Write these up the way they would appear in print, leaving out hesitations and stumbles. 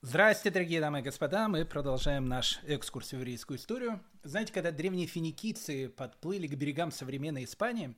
Здрасте, дорогие дамы и господа, мы продолжаем наш экскурс в еврейскую историю. Знаете, когда древние финикийцы подплыли к берегам современной Испании,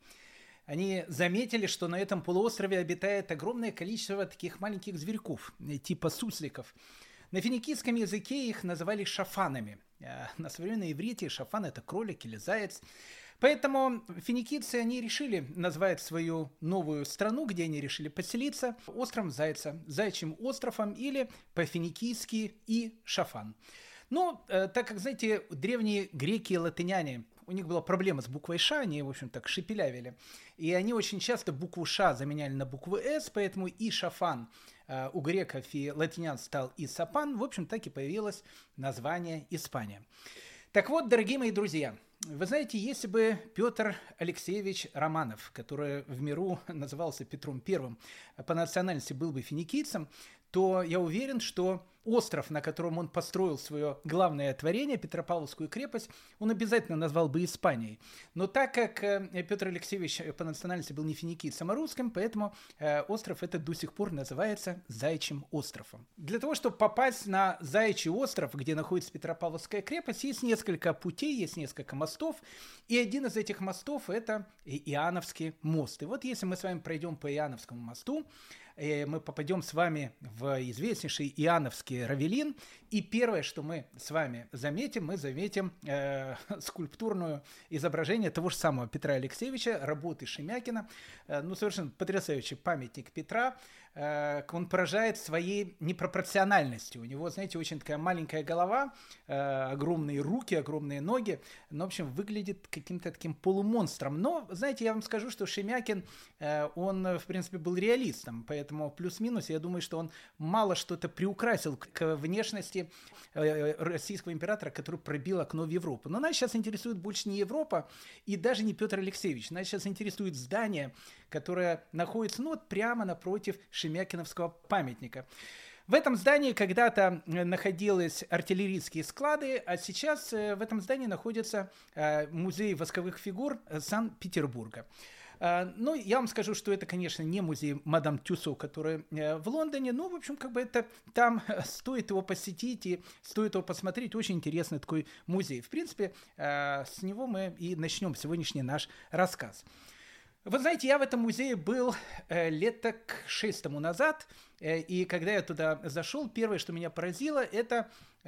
они заметили, что на этом полуострове обитает огромное количество таких маленьких зверьков, типа сусликов. На финикийском языке их называли шафанами. На современном иврите шафан – это кролик или заяц. Поэтому финикийцы, они решили назвать свою новую страну, где они решили поселиться, островом Зайца, Заячьим островом или по-финикийски и Шафан. Но так как, знаете, древние греки и латыняне, у них была проблема с буквой «ш», они, в общем, так шепелявили. И они очень часто букву «ш» заменяли на букву «с», поэтому и «шафан» у греков и латинян стал и «сапан». В общем, так и появилось название Испания. Так вот, дорогие мои друзья, вы знаете, если бы Петр Алексеевич Романов, который в миру назывался Петром Первым, по национальности был бы финикийцем, то я уверен, что остров, на котором он построил свое главное творение, Петропавловскую крепость, он обязательно назвал бы Испанией. Но так как Петр Алексеевич по национальности был не финикийцем, а русским, поэтому остров этот до сих пор называется Заячьим островом. Для того, чтобы попасть на Заячий остров, где находится Петропавловская крепость, есть несколько путей, есть несколько мостов, и один из этих мостов – это Иоанновский мост. И вот если мы с вами пройдем по Иоанновскому мосту, мы попадем с вами в известнейший Иоанновский Равелин, и первое, что мы с вами заметим, мы заметим скульптурное изображение того же самого Петра Алексеевича, работы Шемякина, совершенно потрясающий памятник Петра. Он поражает своей непропорциональностью. У него, знаете, очень такая маленькая голова, огромные руки, огромные ноги, в общем, выглядит каким-то таким полумонстром. Но, знаете, я вам скажу, что Шемякин, он, в принципе, был реалистом, поэтому плюс-минус, я думаю, что он мало что-то приукрасил к внешности российского императора, который пробил окно в Европу. Но нас сейчас интересует больше не Европа и даже не Петр Алексеевич. Нас сейчас интересует здание, которое находится прямо напротив Шемякиновского памятника. В этом здании когда-то находились артиллерийские склады, а сейчас в этом здании находится музей восковых фигур Санкт-Петербурга. Я вам скажу, что это, конечно, не музей мадам Тюссо, который в Лондоне, в общем, это там стоит его посетить и стоит его посмотреть. Очень интересный такой музей. В принципе, с него мы и начнем сегодняшний наш рассказ. Вы знаете, я в этом музее был лет так 6 тому назад, и когда я туда зашел, первое, что меня поразило, это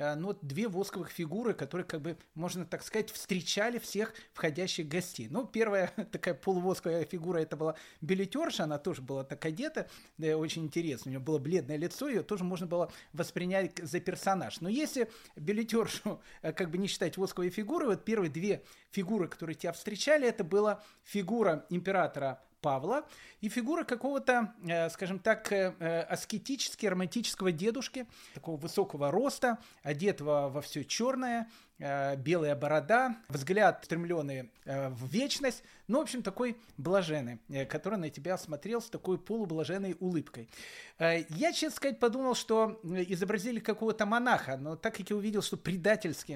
две восковых фигуры, которые, можно так сказать, встречали всех входящих гостей. Первая такая полувосковая фигура, это была билетерша, она тоже была так одета, очень интересно, у нее было бледное лицо, ее тоже можно было воспринять за персонаж. Но если билетершу не считать восковой фигурой, первые две фигуры, которые тебя встречали, это была фигура императора Павла и фигура какого-то, скажем так, аскетически романтического дедушки, такого высокого роста, одетого во все черное, белая борода, взгляд устремленный в вечность, в общем, такой блаженный, который на тебя смотрел с такой полублаженной улыбкой. Я, честно сказать, подумал, что изобразили какого-то монаха, но так как я увидел, что предательски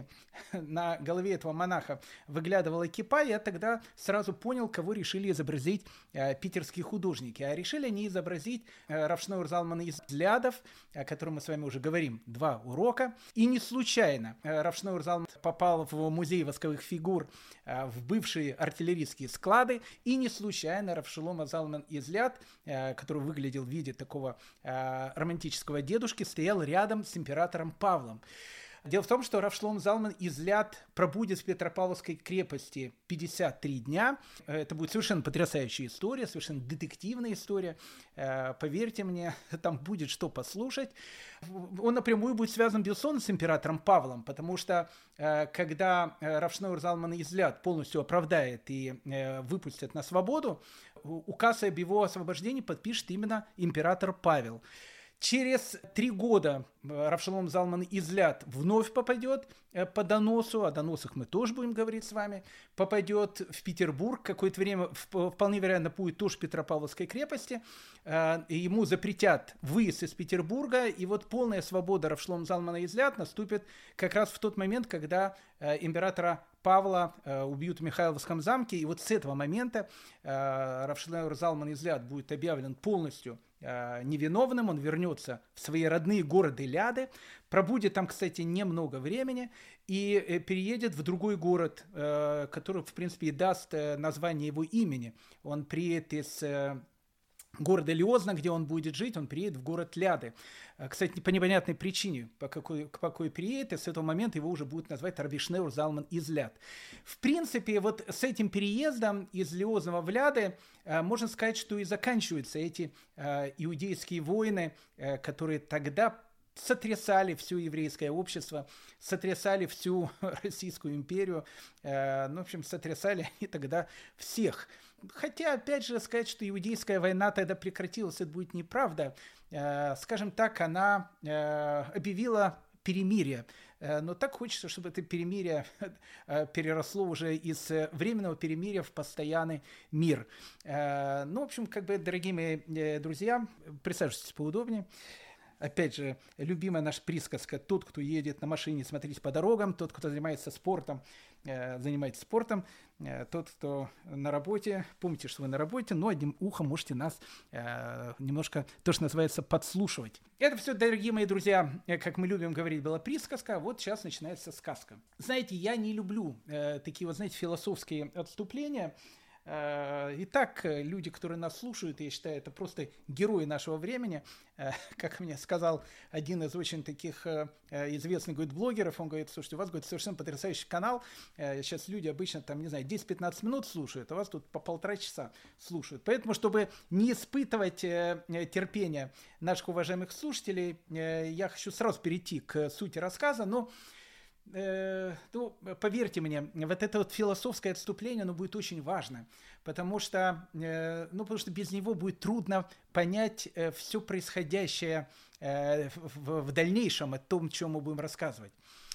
на голове этого монаха выглядывала кипа, я тогда сразу понял, кого решили изобразить питерские художники. А решили они изобразить Рав Шнeur Залман из Лядов, о котором мы с вами уже говорим, 2 урока. И не случайно Рав Шнeur Залман попал в музей восковых фигур в бывшие артиллерийские склады, и не случайно Рав Шломо Залман из Ляд, который выглядел в виде такого романтического дедушки, стоял рядом с императором Павлом. Дело в том, что Рав Шломо Залман из Ляд пробудет в Петропавловской крепости 53 дня. Это будет совершенно потрясающая история, совершенно детективная история. Поверьте мне, там будет что послушать. Он напрямую будет связан, безусловно, с императором Павлом, потому что когда Рав Шнeur Залман из Ляд полностью оправдает и выпустит на свободу, указ об его освобождении подпишет именно император Павел. Через 3 года Рав Шломо Залман из Ляд вновь попадет по доносу, о доносах мы тоже будем говорить с вами, попадет в Петербург, какое-то время, вполне вероятно, будет тоже в Петропавловской крепости, ему запретят выезд из Петербурга, и полная свобода Рав Шломо Залмана из Ляд наступит как раз в тот момент, когда императора Павла убьют в Михайловском замке, и с этого момента Рав Шнeur Залман из Ляд будет объявлен полностью невиновным, он вернется в свои родные города Ляды, пробудет там, кстати, немного времени и переедет в другой город, который, в принципе, и даст название его имени. Он приедет из города Лиозна, где он будет жить, он приедет в город Ляды. Кстати, по непонятной причине, по какой приедет, и с этого момента его уже будут назвать Рабишнеур Залман из Ляд. В принципе, вот с этим переездом из Лиозного в Ляды можно сказать, что и заканчиваются эти иудейские войны, которые тогда сотрясали все еврейское общество, сотрясали всю Российскую империю, в общем, сотрясали они тогда всех. Хотя, опять же, сказать, что иудейская война тогда прекратилась, это будет неправда. Скажем так, она объявила перемирие. Но так хочется, чтобы это перемирие переросло уже из временного перемирия в постоянный мир. В общем, дорогие мои друзья, присаживайтесь поудобнее. Опять же, любимая наша присказка: тот, кто едет на машине, смотрите по дорогам, тот, кто занимается спортом, занимайтесь спортом, тот, кто на работе, помните, что вы на работе, но одним ухом можете нас немножко, то, что называется, подслушивать. Это все, дорогие мои друзья, как мы любим говорить, была присказка, а вот сейчас начинается сказка. Знаете, я не люблю такие, философские отступления. Итак, люди, которые нас слушают, я считаю, это просто герои нашего времени. Как мне сказал один из очень таких известных, блогеров, он говорит: слушайте, у вас, совершенно потрясающий канал, сейчас люди обычно, 10-15 минут слушают, а вас тут по 1,5 часа слушают. Поэтому, чтобы не испытывать терпения наших уважаемых слушателей, я хочу сразу перейти к сути рассказа, но поверьте мне, вот это философское отступление, оно будет очень важно, потому что без него будет трудно понять все происходящее в дальнейшем, о том, чем мы будем рассказывать.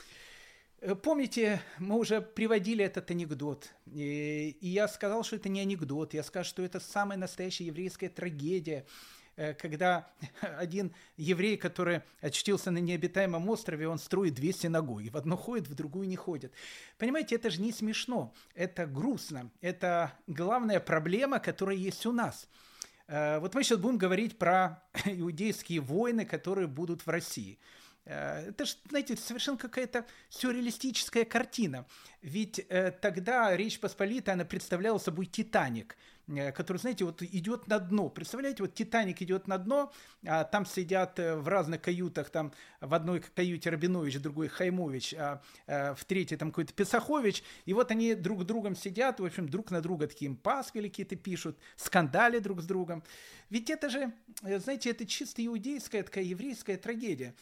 Помните, мы уже приводили этот анекдот, и я сказал, что это не анекдот, я сказал, что это самая настоящая еврейская трагедия, когда один еврей, который очутился на необитаемом острове, он строит 2 синагоги. В одну ходит, в другую не ходит. Понимаете, это же не смешно, это грустно. Это главная проблема, которая есть у нас. Вот мы сейчас будем говорить про иудейские войны, которые будут в России. Это же, знаете, совершенно какая-то сюрреалистическая картина. Ведь тогда Речь Посполитая, она представляла собой Титаник, который, знаете, идет на дно. Представляете, Титаник идет на дно, а там сидят в разных каютах, там в одной каюте Рабинович, в другой Хаймович, а в третьей там какой-то Песахович, и они друг с другом сидят, в общем, друг на друга такие пасквили какие-то пишут, скандали друг с другом. Ведь это же, знаете, это чисто иудейская, такая еврейская трагедия.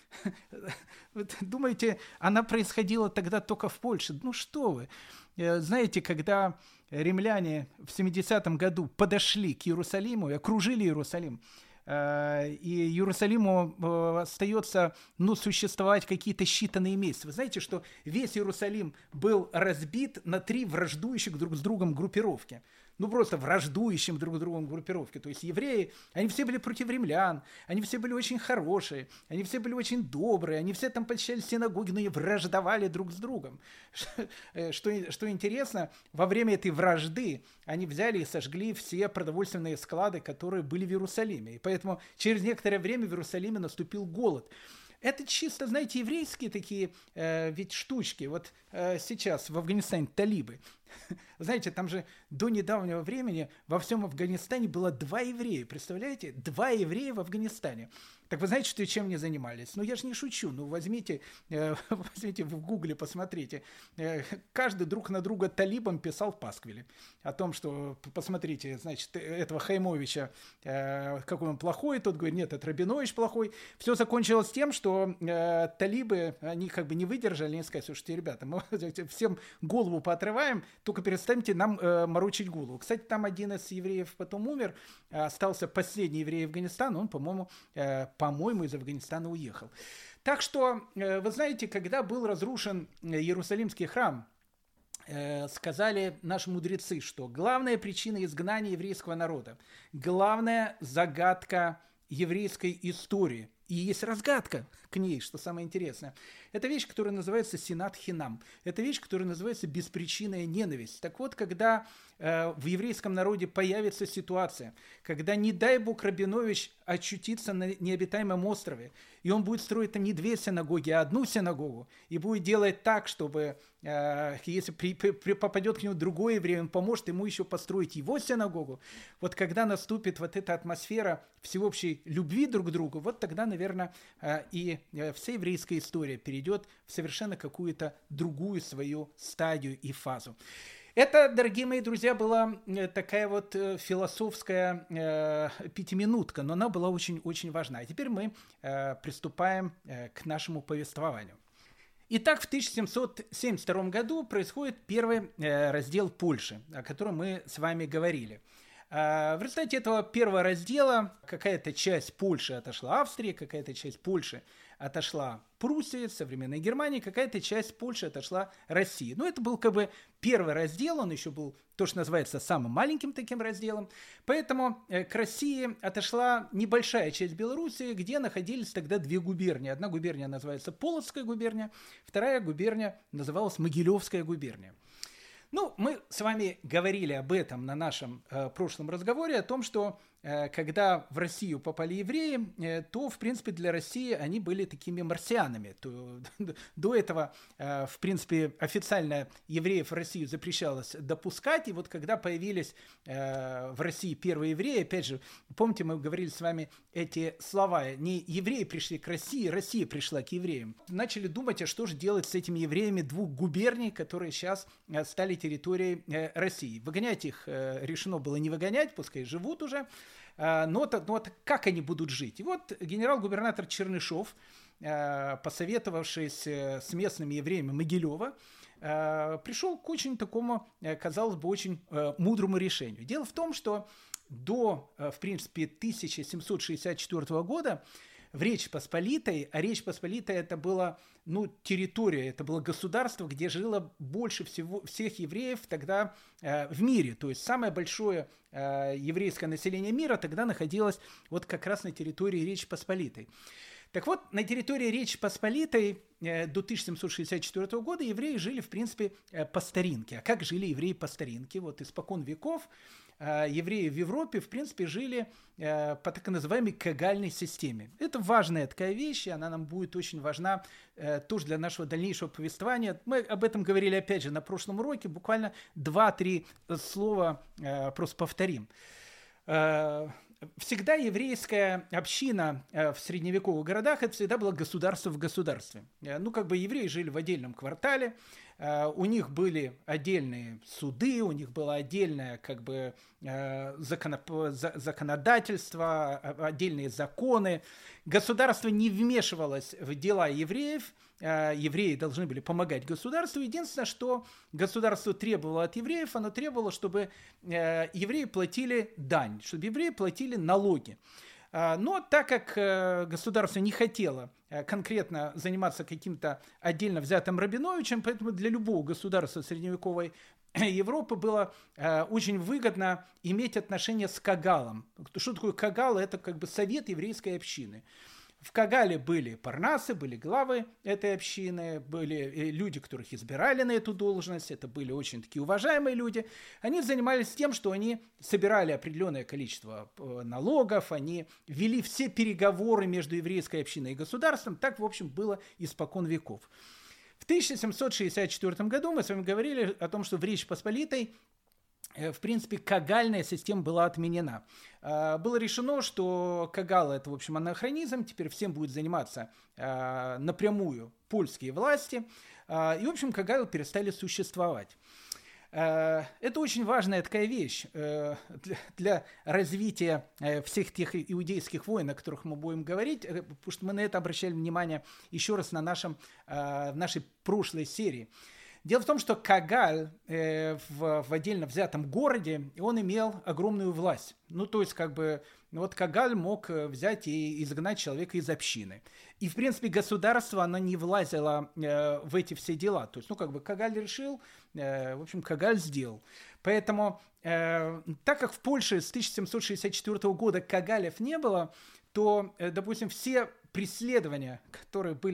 Думаете, она происходила тогда только в Польше? Ну что вы? Знаете, когда римляне в 70-м году подошли к Иерусалиму и окружили Иерусалим, и Иерусалиму остается существовать какие-то считанные месяцы. Вы знаете, что весь Иерусалим был разбит на 3 враждующих друг с другом группировки. Просто враждующим друг с другом группировки. То есть евреи, они все были против римлян, они все были очень хорошие, они все были очень добрые, они все там посещали синагоги, но и враждовали друг с другом. Что интересно, во время этой вражды они взяли и сожгли все продовольственные склады, которые были в Иерусалиме. И поэтому через некоторое время в Иерусалиме наступил голод. Это чисто, знаете, еврейские такие ведь штучки. Сейчас в Афганистане талибы. Знаете, там же до недавнего времени во всем Афганистане было 2 еврея. Представляете? 2 еврея в Афганистане. Так вы знаете, что чем они занимались? Я же не шучу. Возьмите в гугле, посмотрите. Каждый друг на друга талибам писал пасквили. О том, что, посмотрите, значит, этого Хаймовича, какой он плохой. Тот говорит: нет, это Рабинович плохой. Все закончилось тем, что талибы, они не выдержали, они сказали: слушайте, ребята, мы всем голову поотрываем, только перестаньте нам морочить голову. Кстати, там один из евреев потом умер, остался последний еврей Афганистана, он, по-моему, из Афганистана уехал. Так что, вы знаете, когда был разрушен Иерусалимский храм, сказали наши мудрецы, что главная причина изгнания еврейского народа, главная загадка еврейской истории, и есть разгадка к ней, что самое интересное. Это вещь, которая называется синат хинам. Это вещь, которая называется беспричинная ненависть. Так вот, когда в еврейском народе появится ситуация, когда, не дай бог, Рабинович очутиться на необитаемом острове. И он будет строить там не 2 синагоги, а 1 синагогу. И будет делать так, чтобы, если попадет к нему другой еврей, он поможет ему еще построить его синагогу. Вот когда наступит вот эта атмосфера всеобщей любви друг к другу, вот тогда, наверное, и вся еврейская история перейдет в совершенно какую-то другую свою стадию и фазу. Это, дорогие мои друзья, была такая вот философская пятиминутка, но она была очень-очень важна. А теперь мы приступаем к нашему повествованию. Итак, в 1772 году происходит первый раздел Польши, о котором мы с вами говорили. В результате этого первого раздела какая-то часть Польши отошла Австрии, какая-то часть Польши отошла Пруссии, современной Германии, какая-то часть Польши отошла России. Но это был как бы первый раздел, он еще был то, что называется самым маленьким таким разделом. Поэтому к России отошла небольшая часть Белоруссии, где находились тогда 2 губернии. Одна губерния называется Полоцкая губерния, вторая губерния называлась Могилевская губерния. Ну, мы с вами говорили об этом на нашем прошлом разговоре, о том, что когда в Россию попали евреи, то, в принципе, для России они были такими марсианами. До этого, в принципе, официально евреев в Россию запрещалось допускать. И вот когда появились в России первые евреи, опять же, помните, мы говорили с вами эти слова, не евреи пришли к России, Россия пришла к евреям. Начали думать, а что же делать с этими евреями 2 губерний, которые сейчас стали территорией России. Выгонять их решено было не выгонять, пускай живут уже. Но как они будут жить? И вот генерал-губернатор Чернышов, посоветовавшись с местными евреями Могилева, пришел к очень такому, казалось бы, очень мудрому решению. Дело в том, что до, в принципе, 1764 года в Речи Посполитой, а Речь Посполитая это была территория, это было государство, где жило больше всех евреев тогда в мире. То есть самое большое еврейское население мира тогда находилось вот как раз на территории Речи Посполитой. Так вот, на территории Речи Посполитой до 1764 года евреи жили, в принципе, по старинке. А как жили евреи по старинке? Вот испокон веков евреи в Европе, в принципе, жили по так называемой кагальной системе. Это важная такая вещь, и она нам будет очень важна тоже для нашего дальнейшего повествования. Мы об этом говорили, опять же, на прошлом уроке, буквально 2-3 слова просто повторим. Всегда еврейская община в средневековых городах, это всегда было государство в государстве. Евреи жили в отдельном квартале, у них были отдельные суды, у них было отдельное законодательство, отдельные законы. Государство не вмешивалось в дела евреев, евреи должны были помогать государству. Единственное, что государство требовало от евреев, оно требовало, чтобы евреи платили дань, чтобы евреи платили налоги. Но так как государство не хотело конкретно заниматься каким-то отдельно взятым Рабиновичем, поэтому для любого государства средневековой Европы было очень выгодно иметь отношения с Кагалом. Что такое Кагал? Это совет еврейской общины. В Кагале были парнасы, были главы этой общины, были люди, которых избирали на эту должность, это были очень такие уважаемые люди. Они занимались тем, что они собирали определенное количество налогов, они вели все переговоры между еврейской общиной и государством. Так, в общем, было испокон веков. В 1764 году мы с вами говорили о том, что в Речи Посполитой в принципе, кагальная система была отменена. Было решено, что кагал – это, в общем, анахронизм, теперь всем будет заниматься напрямую польские власти, и, в общем, кагалы перестали существовать. Это очень важная такая вещь для развития всех тех иудейских войн, о которых мы будем говорить, потому что мы на это обращали внимание еще раз в нашей прошлой серии. Дело в том, что Кагаль в отдельно взятом городе, он имел огромную власть. Кагаль мог взять и изгнать человека из общины. И, в принципе, государство, оно не влазило в эти все дела. То есть, Кагаль решил, в общем, Кагаль сделал. Поэтому, так как в Польше с 1764 года Кагалев не было, то, допустим, все преследования, которые были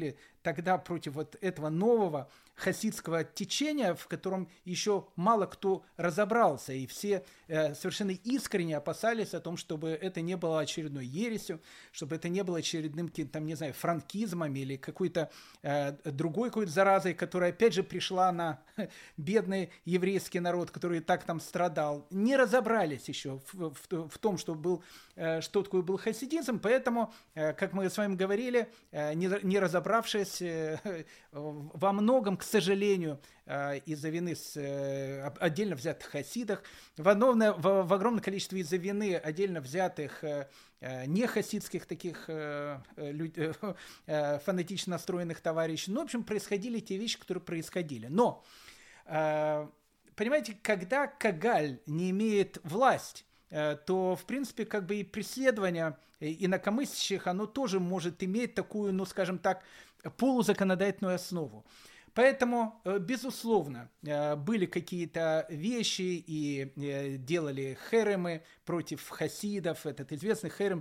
тогда против вот этого нового хасидского течения, в котором еще мало кто разобрался, и все совершенно искренне опасались о том, чтобы это не было очередной ересью, чтобы это не было очередным, там, не знаю, франкизмом или какой-то другой какой-то заразой, которая опять же пришла на бедный еврейский народ, который и так там страдал. Не разобрались еще в том, что такое был хасидизм, поэтому, как мы с вами говорили, не разобравшись во многом, к сожалению, из-за вины отдельно взятых хасидах, в огромном количестве из-за вины отдельно взятых нехасидских таких фанатично настроенных товарищей. Ну, в общем, происходили те вещи, которые происходили. Но, понимаете, когда Кагаль не имеет власть, то, в принципе, как бы и преследование инакомыслящих, оно тоже может иметь такую, ну, скажем так, полузаконодательную основу. Поэтому, безусловно, были какие-то вещи и делали херемы против хасидов. Этот известный херем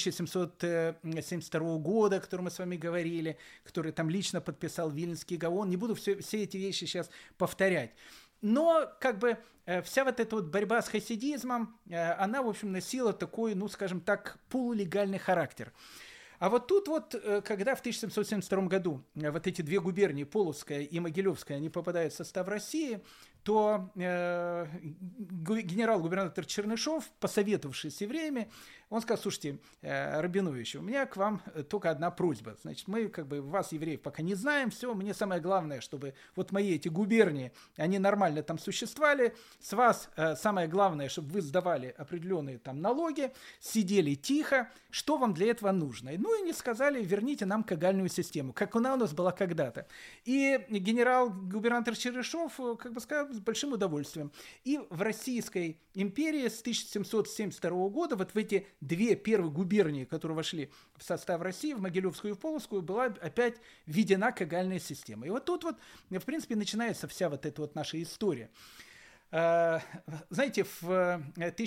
1772 года, о котором мы с вами говорили, который там лично подписал Вильнский Гаон. Не буду все эти вещи сейчас повторять. Но как бы вся вот эта вот борьба с хасидизмом, она, в общем, носила такой, ну, скажем так, полулегальный характер. А вот тут вот, когда в 1772 году вот эти две губернии, Полоцкая и Могилевская, они попадают в состав России, то генерал-губернатор Чернышов, посоветовавшись с евреями, он сказал: слушайте, Рабинович, у меня к вам только одна просьба. Значит, мы как бы вас, евреев, пока не знаем, все, мне самое главное, чтобы вот мои эти губернии, они нормально там существовали. С вас самое главное, чтобы вы сдавали определенные там налоги, сидели тихо. Что вам для этого нужно? Ну и не сказали: верните нам кагальную систему, как она у нас была когда-то. И генерал-губернатор Чернышов как бы сказал: с большим удовольствием. И в Российской империи с 1772 года вот в эти две первые губернии, которые вошли в состав России, в Могилевскую и в Полоцкую, была опять введена кагальная система. И вот тут вот, в принципе, начинается вся вот эта вот наша история. Знаете, в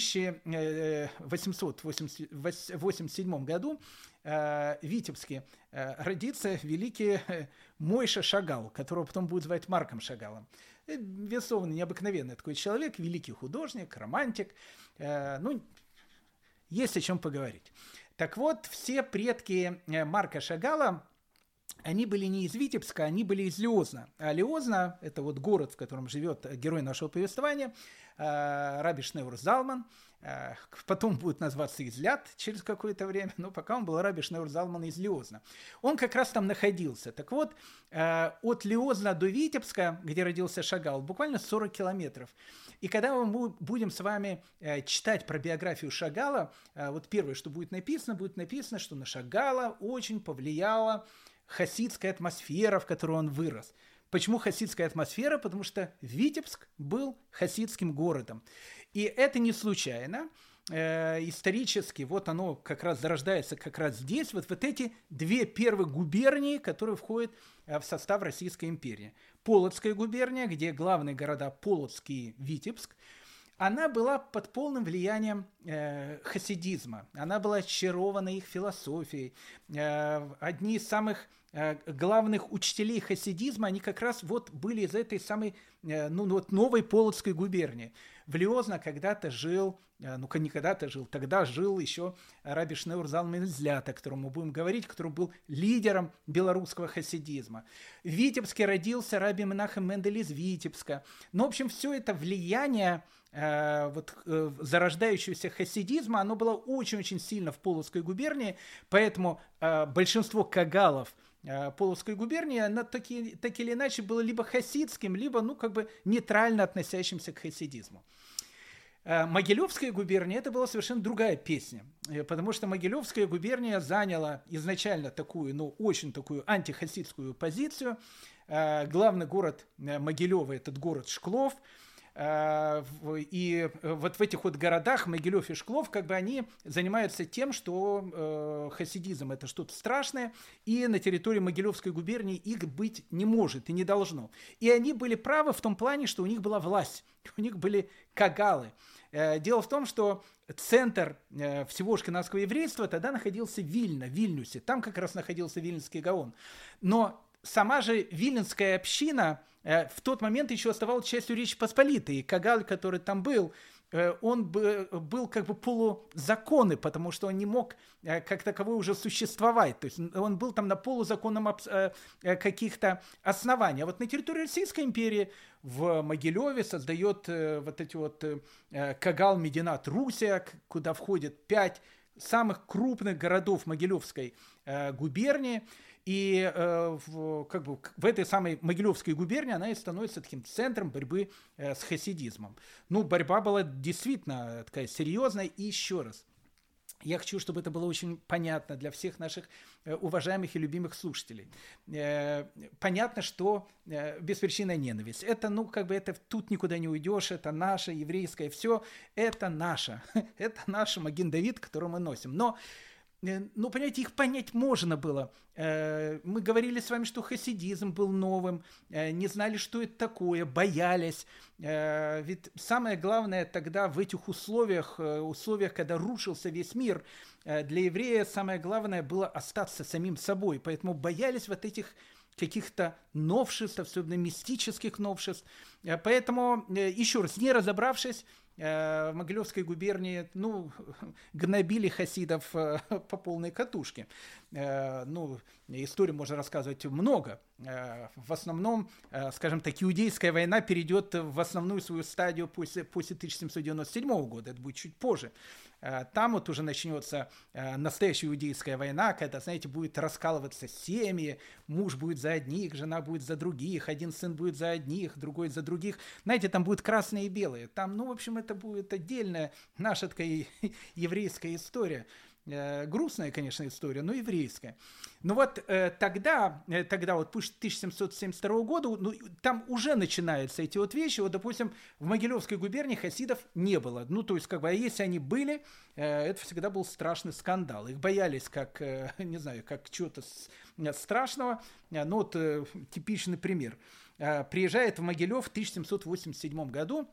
1887 году в Витебске родится великий Мойша Шагал, которого потом будут звать Марком Шагалом. Весованный, необыкновенный такой человек, великий художник, романтик. Ну, есть о чем поговорить. Так вот, все предки Марка Шагала, они были не из Витебска, они были из Лиозна. А Лиозна – это вот город, в котором живет герой нашего повествования, Раби Шнеур Залман. Потом будет называться Излят через какое-то время, но пока он был Раби Шнеур Залман из Лиозна. Он как раз там находился. Так вот, от Лиозна до Витебска, где родился Шагал, буквально 40 километров. И когда мы будем с вами читать про биографию Шагала, вот первое, что будет написано, что на Шагала очень повлияла хасидская атмосфера, в которой он вырос. Почему хасидская атмосфера? Потому что Витебск был хасидским городом. И это не случайно. Исторически вот оно как раз зарождается как раз здесь, вот эти две первые губернии, которые входят в состав Российской империи. Полоцкая губерния, где главные города Полоцк и Витебск, она была под полным влиянием хасидизма. Она была очарована их философией. Одни из самых главных учителей хасидизма, они как раз вот были из этой самой новой Полоцкой губернии. В Лиозно когда-то жил, тогда жил еще Раби Шнеур Залман Излят, о котором мы будем говорить, который был лидером белорусского хасидизма. В Витебске родился Раби Менахем Мендель из Витебска. Ну, в общем, все это влияние зарождающегося хасидизма, оно было очень-очень сильно в Полоцкой губернии, поэтому большинство кагалов Полоцкой губернии, она так или иначе было либо хасидским, либо, нейтрально относящимся к хасидизму. Могилевская губерния – это была совершенно другая песня, потому что Могилевская губерния заняла изначально такую, очень такую антихасидскую позицию. Главный город Могилева – этот город Шклов. И вот в этих вот городах Могилев и Шклов они занимаются тем, что хасидизм это что-то страшное, и на территории Могилевской губернии их быть не может и не должно. И они были правы в том плане, что у них была власть, у них были кагалы. Дело в том, что центр всего ашкеназского еврейства тогда находился в Вильнюсе, там как раз находился Вильнский Гаон. Но сама же Виленская община в тот момент еще оставалась частью Речи Посполитой. И Кагаль, который там был, он был как бы полузаконный, потому что он не мог как таковой уже существовать. То есть он был там на полузаконном каких-то основаниях. А вот на территории Российской империи в Могилеве создает вот эти вот Кагал Мединат Русия, куда входит 5 самых крупных городов Могилевской губернии. И как бы в этой самой Могилевской губернии она и становится таким центром борьбы с хасидизмом. Ну, борьба была действительно такая серьезная. И еще раз, я хочу, чтобы это было очень понятно для всех наших уважаемых и любимых слушателей. Понятно, что беспричинная ненависть. Это, ну, как бы это тут никуда не уйдешь, это наше еврейское все, это наше. Это наш Маген Давид, который мы носим. Но ну, понимаете, их понять можно было. Мы говорили с вами, что хасидизм был новым, не знали, что это такое, боялись. Ведь самое главное тогда в этих условиях, когда рушился весь мир, для еврея самое главное было остаться самим собой. Поэтому боялись вот этих каких-то новшеств, особенно мистических новшеств. Поэтому, еще раз, не разобравшись, в Могилевской губернии, ну, гнобили хасидов по полной катушке. Ну, историю можно рассказывать много. В основном, скажем так, Иудейская война перейдет в основную свою стадию после 1797 года. Это будет чуть позже. Там вот уже начнется настоящая Иудейская война, когда, знаете, будет раскалываться семьи, муж будет за одних, жена будет за других, один сын будет за одних, другой за других. Знаете, там будут красные и белые. Там, ну, в общем, это будет отдельная наша такая еврейская история. Грустная, конечно, история, но еврейская. Ну вот тогда вот после 1772 года, ну, там уже начинаются эти вот вещи. Вот, допустим, в Могилевской губернии хасидов не было. Ну, то есть, как бы, а если они были, это всегда был страшный скандал. Их боялись как, не знаю, как чего-то страшного. Ну, вот типичный пример. Приезжает в Могилев в 1787 году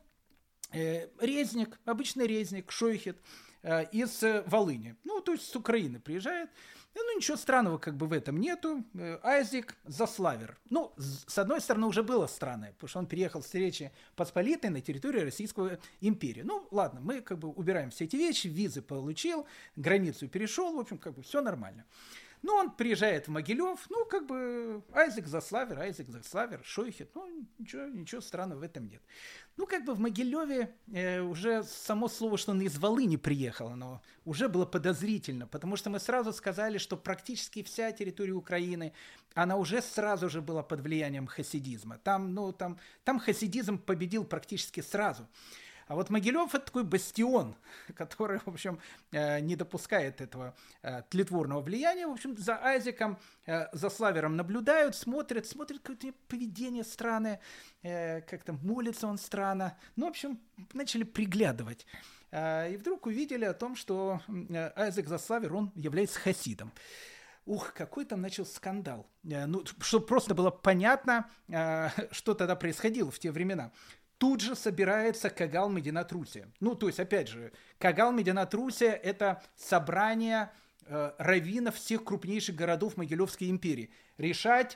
резник, обычный резник, шойхет, из Волыни, ну, то есть с Украины приезжает. Ну, ничего странного как бы в этом нету. Айзек Заславер. Ну, с одной стороны, уже было странное, потому что он переехал с Речи Посполитой на территорию Российской империи. Ну, ладно, мы как бы убираем все эти вещи, визы получил, границу перешел, в общем, как бы все нормально. Ну, он приезжает в Могилев, ну, как бы Айзек Заславер, шойхет, ну, ничего странного в этом нет. Ну, как бы в Могилеве уже само слово, что он из Волыни приехал, оно уже было подозрительно, потому что мы сразу сказали, что практически вся территория Украины, она уже сразу же была под влиянием хасидизма. Там хасидизм победил практически сразу. А вот Могилев – это такой бастион, который, в общем, не допускает этого тлетворного влияния. В общем, за Айзеком, за Славером наблюдают, смотрят какое-то поведение странное, как-то молится он странно. Ну, в общем, начали приглядывать. И вдруг увидели о том, что Айзек Заславер, он является хасидом. Ух, какой там начал скандал. Ну, чтобы просто было понятно, что тогда происходило в те времена. Тут же собирается Кагал Мединат Русия. Ну, то есть, опять же, Кагал Мединат Русия – это собрание раввинов всех крупнейших городов Могилевской империи. Решать,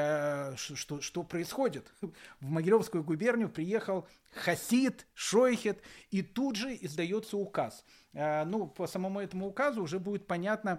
что происходит. В Могилевскую губернию приехал хасид, шойхет, и тут же издается указ. Ну, по самому этому указу уже будет понятно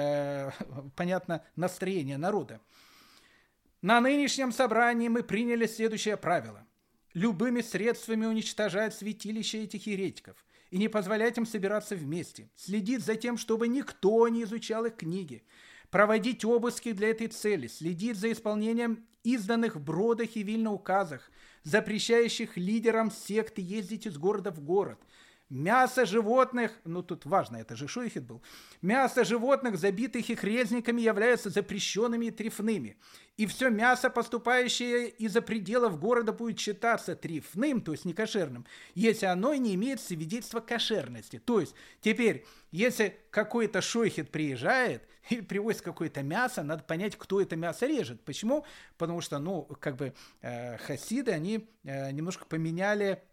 настроение народа. На нынешнем собрании мы приняли следующее правило. Любыми средствами уничтожать святилища этих еретиков и не позволять им собираться вместе, следить за тем, чтобы никто не изучал их книги, проводить обыски для этой цели, следить за исполнением изданных в Бродах и Вильно указах, запрещающих лидерам секты ездить из города в город. Мясо животных, ну тут важно, это же шойхет был, мясо животных, забитых их резниками, являются запрещенными и трефными. И все мясо, поступающее из-за пределов города, будет считаться трефным, то есть некошерным, если оно не имеет свидетельства кошерности. То есть теперь, если какой-то шойхет приезжает или привозят какое-то мясо, надо понять, кто это мясо режет. Почему? Потому что, ну, как бы хасиды, они немножко поменяли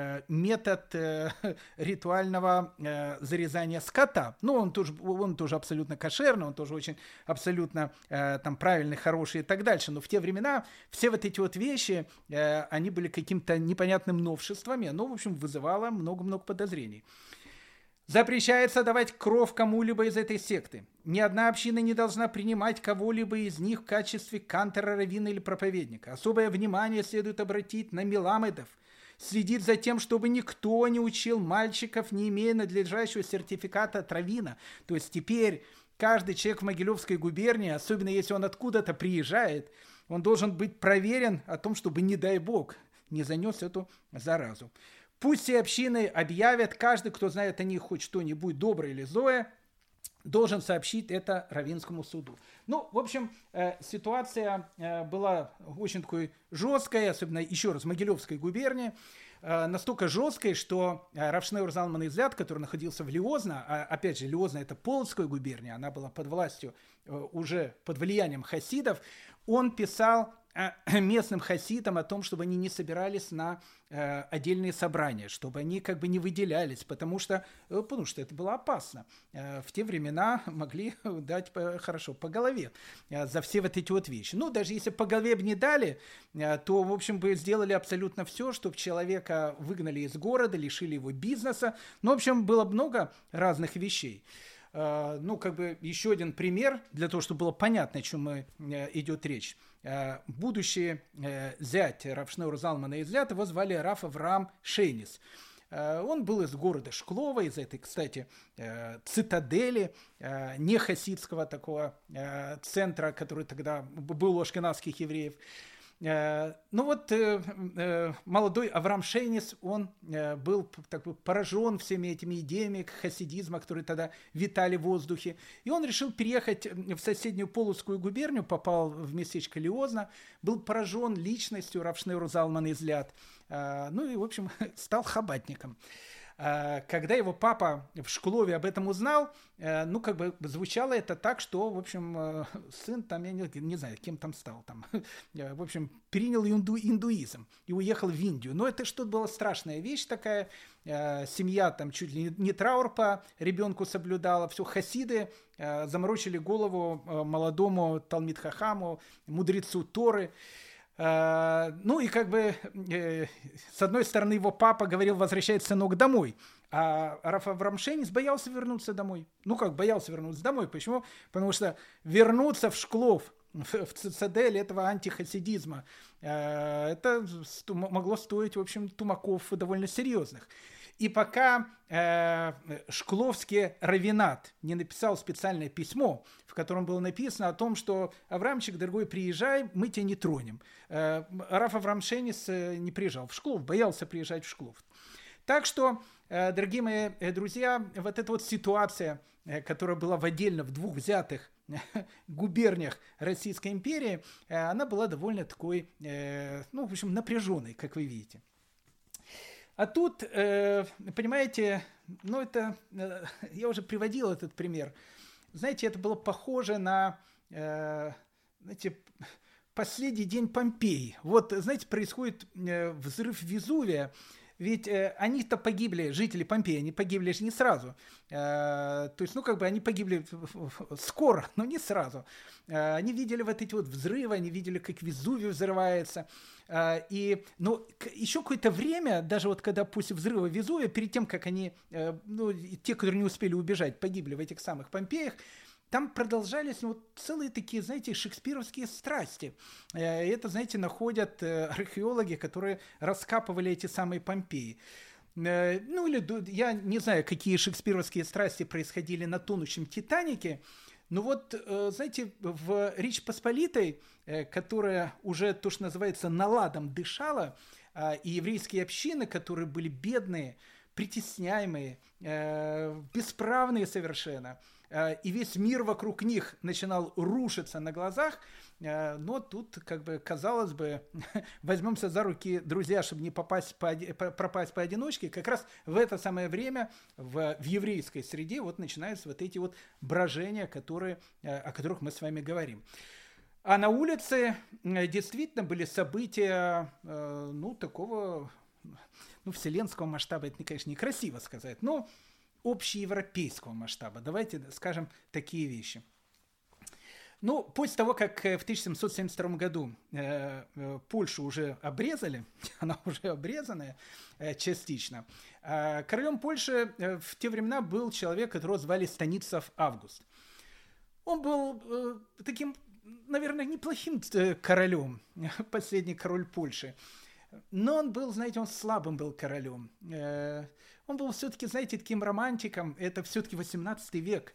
метод ритуального зарезания скота. Ну, он тоже абсолютно кошерный, он тоже очень абсолютно там правильный, хороший и так дальше. Но в те времена все вот эти вот вещи, они были каким-то непонятным новшествами. Ну, в общем, вызывало много-много подозрений. Запрещается давать кров кому-либо из этой секты. Ни одна община не должна принимать кого-либо из них в качестве кантора, раввина или проповедника. Особое внимание следует обратить на меламедов. Следит за тем, чтобы никто не учил мальчиков, не имея надлежащего сертификата от раввина. То есть теперь каждый человек в Могилевской губернии, особенно если он откуда-то приезжает, он должен быть проверен о том, чтобы, не дай бог, не занес эту заразу. Пусть все общины объявят, каждый, кто знает о них хоть что-нибудь доброе или злое, должен сообщить это раввинскому суду. Ну, в общем, ситуация была очень такой жесткой, особенно, еще раз, в Могилевской губернии. Настолько жесткой, что рав Шнeur Залман Изляд, который находился в Лиозно, опять же, Лиозно это Полоцкая губерния, она была под властью, уже под влиянием хасидов, он писал местным хасидам о том, чтобы они не собирались на отдельные собрания, чтобы они как бы не выделялись, потому что это было опасно. В те времена могли дать хорошо по голове за все вот эти вот вещи. Ну, даже если по голове бы не дали, то, в общем, бы сделали абсолютно все, чтобы человека выгнали из города, лишили его бизнеса. Ну, в общем, было много разных вещей. Ну, как бы еще один пример, для того, чтобы было понятно, о чем идет речь. Будущий зять рав Шнeur Залмана Изляд, его звали рав Авраам Шейнис. Он был из города Шклова, из этой, кстати, цитадели, не хасидского такого центра, который тогда был у ашкеназских евреев. Ну вот молодой Авраам Шейнис, он был так бы поражен всеми этими идеями хасидизма, которые тогда витали в воздухе. И он решил переехать в соседнюю Полоцкую губернию, попал в местечко Лиозно, был поражен личностью рав Шнeur Залман Изляд. Ну и, в общем, стал хабатником. Когда его папа в Шклове об этом узнал, ну, как бы звучало это так, что, в общем, сын там, я не знаю, кем там стал, там, в общем, принял индуизм и уехал в Индию. Но это что-то была страшная вещь такая, семья там чуть ли не траур по ребенку соблюдала, все, хасиды заморочили голову молодому Талмид Хахаму, мудрецу Торы. Ну и как бы с одной стороны его папа говорил: возвращается сынок домой, а рав Авраам Шейнис боялся вернуться домой. Ну как боялся вернуться домой? Почему? Потому что вернуться в Шклов, в цитадель этого антихасидизма, это могло стоить, в общем, тумаков довольно серьезных. И пока Шкловский раввинат не написал специальное письмо, в котором было написано о том, что Авраамчик, дорогой, приезжай, мы тебя не тронем. Рав Авраам Шейнис не приезжал в Шклов, боялся приезжать в Шклов. Так что, дорогие мои друзья, вот эта вот ситуация, которая была в отдельно в двух взятых губерниях Российской империи, она была довольно такой, ну, в общем, напряженной, как вы видите. А тут, понимаете, ну это, я уже приводил этот пример. Знаете, это было похоже на, знаете, последний день Помпеи. Вот, знаете, происходит взрыв Везувия. Ведь они-то погибли, жители Помпеи, они погибли же не сразу. То есть, ну, как бы они погибли скоро, но не сразу. Они видели вот эти вот взрывы, они видели, как Везувий взрывается. И, ну, еще какое-то время, даже вот когда после взрыва Везувия, перед тем, как они, ну, те, которые не успели убежать, погибли в этих самых Помпеях, там продолжались, ну, вот целые такие, знаете, шекспировские страсти. Это, знаете, находят археологи, которые раскапывали эти самые Помпеи. Ну, или я не знаю, какие шекспировские страсти происходили на тонущем Титанике, но вот, знаете, в Речь Посполитой, которая уже, то, что называется, наладом дышала, и еврейские общины, которые были бедные, притесняемые, бесправные совершенно, и весь мир вокруг них начинал рушиться на глазах. Но тут, как бы, казалось бы, возьмемся за руки, друзья, чтобы не пропасть поодиночке. Как раз в это самое время в еврейской среде вот начинаются вот эти вот брожения, о которых мы с вами говорим. А на улице действительно были события, такого, вселенского масштаба. Это, конечно, некрасиво сказать, но общеевропейского масштаба. Давайте скажем такие вещи. После того, как в 1772 году Польшу уже обрезали, она уже обрезанная частично, королем Польши в те времена был человек, которого звали Станислав Август. Он был таким, наверное, неплохим королем, последний король Польши. Но он был, знаете, он слабым был королем. Он был все-таки, знаете, таким романтиком. Это все-таки 18 век.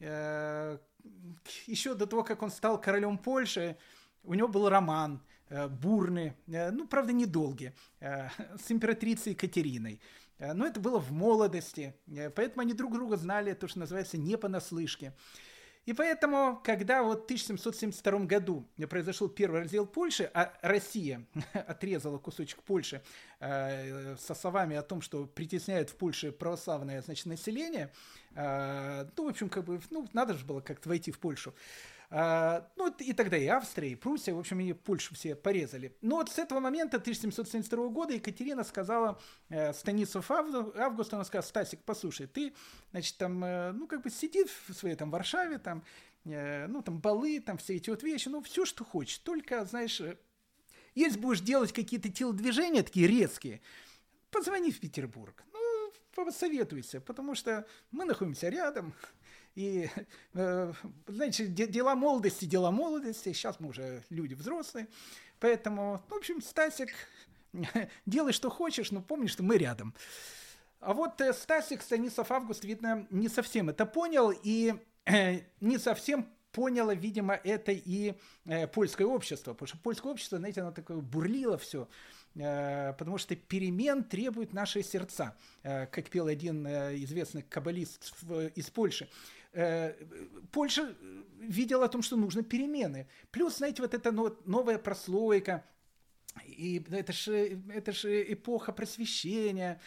Еще до того, как он стал королем Польши, у него был роман бурный, правда, недолгий, с императрицей Екатериной. Но это было в молодости, поэтому они друг друга знали, то, что называется, не понаслышке. И поэтому, когда вот в 1772 году произошел первый раздел Польши, а Россия отрезала кусочек Польши со словами о том, что притесняют в Польше православное, значит, население, в общем, надо же было как-то войти в Польшу. И тогда и Австрия, и Пруссия, в общем, они Польшу все порезали. Но вот с этого момента, 1772 года, Екатерина сказала Станиславу Августу, она сказала: Стасик, послушай, ты, значит, там, сиди в своей там Варшаве, там, балы, там, все эти вот вещи, все, что хочешь, только, знаешь, если будешь делать какие-то телодвижения такие резкие, позвони в Петербург, посоветуйся, потому что мы находимся рядом. И, значит, дела молодости, сейчас мы уже люди взрослые, поэтому, в общем, Стасик, делай, что хочешь, но помни, что мы рядом. А вот Стасик, Станислав Август, видно, не совсем это понял, и не совсем поняло, видимо, это и польское общество, потому что польское общество, знаете, оно такое бурлило все, потому что перемен требуют наши сердца, как пел один известный каббалист из Польши. Польша видела о том, что нужны перемены. Плюс, знаете, вот эта новая прослойка, и это же эпоха просвещения.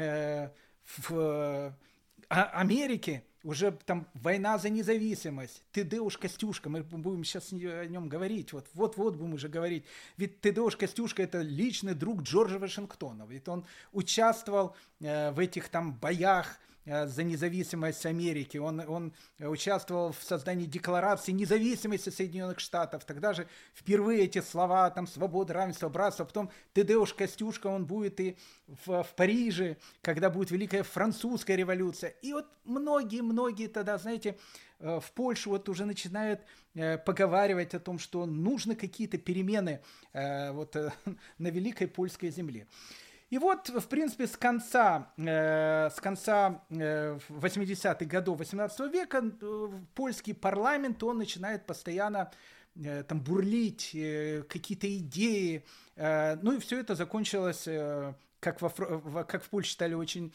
В Америке уже там война за независимость. Тадеуш Костюшка, мы будем сейчас о нем говорить, вот будем уже говорить. Ведь Тадеуш Костюшка — это личный друг Джорджа Вашингтона. Ведь он участвовал в этих там боях за независимость Америки. Он участвовал в создании Декларации независимости Соединенных Штатов. Тогда же впервые эти слова, там, свобода, равенство, братство. Потом Тадеуш Костюшка, он будет и в Париже, когда будет Великая Французская революция. И вот многие тогда, знаете, в Польше вот уже начинают поговаривать о том, что нужны какие-то перемены на Великой Польской земле. И вот, в принципе, с конца 80-х годов 18 века польский парламент, он начинает постоянно там бурлить, какие-то идеи. И все это закончилось, как в Польше считали, очень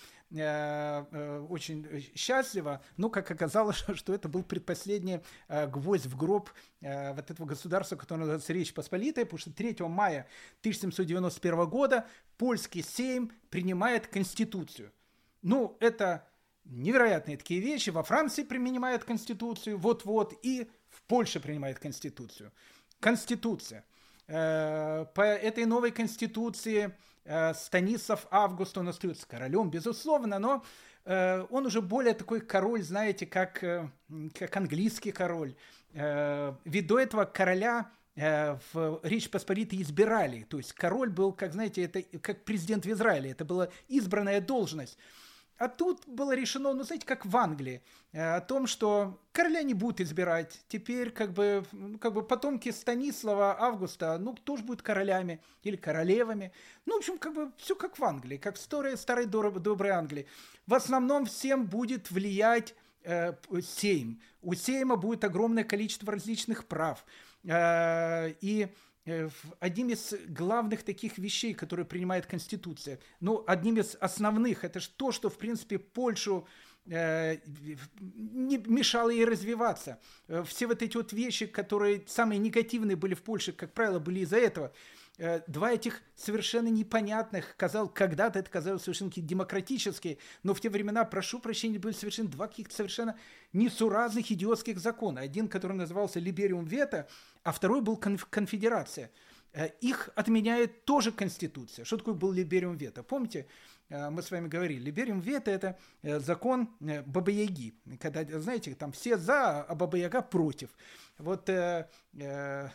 счастливо, но, как оказалось, что это был предпоследний гвоздь в гроб вот этого государства, которое называется Речь Посполитая, потому что 3 мая 1791 года польский Сейм принимает Конституцию. Это невероятные такие вещи. Во Франции принимают Конституцию, и в Польше принимают Конституцию. Конституция. По этой новой Конституции Станислав Август, он остается королем, безусловно, но он уже более такой король, знаете, как английский король. Ведь до этого короля в Речь Посполитой избирали. То есть король был, как, знаете, это как президент в Израиле. Это была избранная должность. А тут было решено, знаете, как в Англии, о том, что короля не будут избирать. Теперь как бы потомки Станислава Августа, тоже будут королями или королевами. В общем, все как в Англии, как в старой доброй Англии. В основном всем будет влиять Сейм. У Сейма будет огромное количество различных прав. И одним из главных таких вещей, которые принимает Конституция, одним из основных, это же то, что, в принципе, Польшу не мешало ей развиваться. Все вот эти вот вещи, которые самые негативные были в Польше, как правило, были из-за этого. Два этих совершенно непонятных, когда-то это казалось совершенно демократические, но в те времена, прошу прощения, были совершенно два каких-то совершенно несуразных идиотских закона. Один, который назывался «Либериум вето», а второй был «Конфедерация». Их отменяет тоже Конституция. Что такое был Либериум вето? Помните, мы с вами говорили, Либериум вето – это закон Бабы-Яги. Когда, знаете, там все за, а Баба-Яга против. Вот, знаете,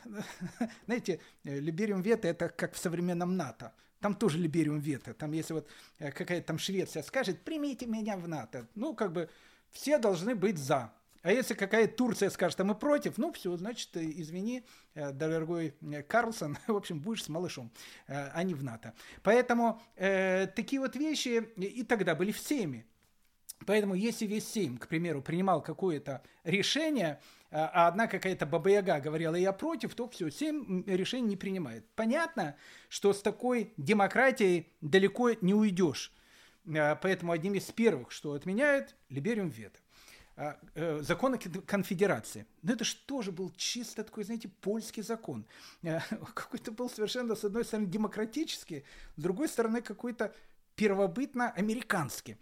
Либериум вето – это как в современном НАТО. Там тоже Либериум вето. Там если вот какая-то там Швеция скажет, примите меня в НАТО, ну, как бы все должны быть за. А если какая-то Турция скажет, а мы против, ну все, значит, извини, дорогой Карлсон, в общем, будешь с малышом, а не в НАТО. Поэтому такие вот вещи и тогда были в Сейме. Поэтому если весь Сейм, к примеру, принимал какое-то решение, а одна какая-то Баба-Яга говорила «я против», то все, Сейм решений не принимает. Понятно, что с такой демократией далеко не уйдешь. Поэтому одним из первых, что отменяют, Либериум вето. Закон о конфедерации. Но это же тоже был чисто такой, знаете, польский закон. Какой-то был совершенно, с одной стороны, демократический, с другой стороны, какой-то первобытно-американский.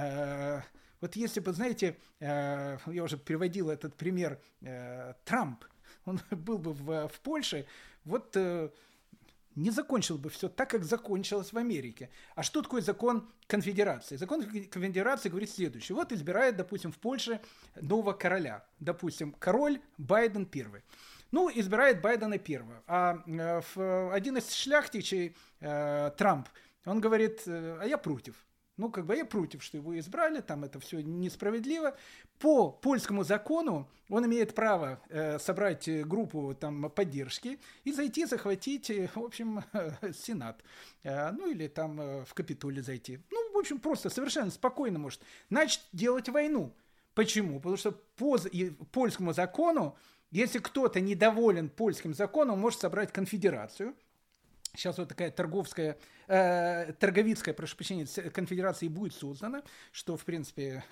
Вот если бы, знаете, я уже приводил этот пример, Трамп, он был бы в Польше, вот не закончил бы все так, как закончилось в Америке. А что такое закон конфедерации? Закон конфедерации говорит следующее. Вот избирает, допустим, в Польше нового короля. Допустим, король Байден первый. Ну, избирает Байдена первого. А один из шляхтичей, Трамп, он говорит, а я против. Ну, как бы я против, что его избрали, там это все несправедливо. По польскому закону он имеет право собрать группу там поддержки и зайти, захватить, в общем, Сенат. Ну, или там в Капитолий зайти. Ну, в общем, просто совершенно спокойно может начать делать войну. Почему? Потому что по польскому закону, если кто-то недоволен польским законом, он может собрать конфедерацию. Сейчас вот такая торговицкая, прошу прощения, конфедерация и будет создана, что, в принципе,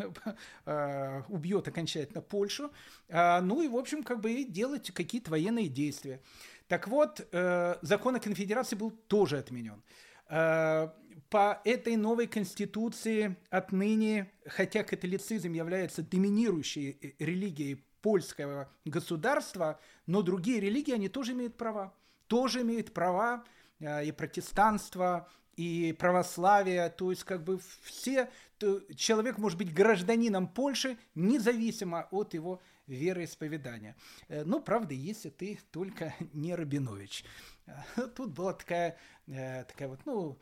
убьет окончательно Польшу. Ну и, в общем, как бы и делать какие-то военные действия. Так вот, закон о конфедерации был тоже отменен. По этой новой конституции отныне, хотя католицизм является доминирующей религией польского государства, но другие религии, они тоже имеют права. Тоже имеют права и протестанство, и православие, то есть как бы все, человек может быть гражданином Польши, независимо от его вероисповедания. Ну, правда, если ты только не Рабинович. Тут была такая вот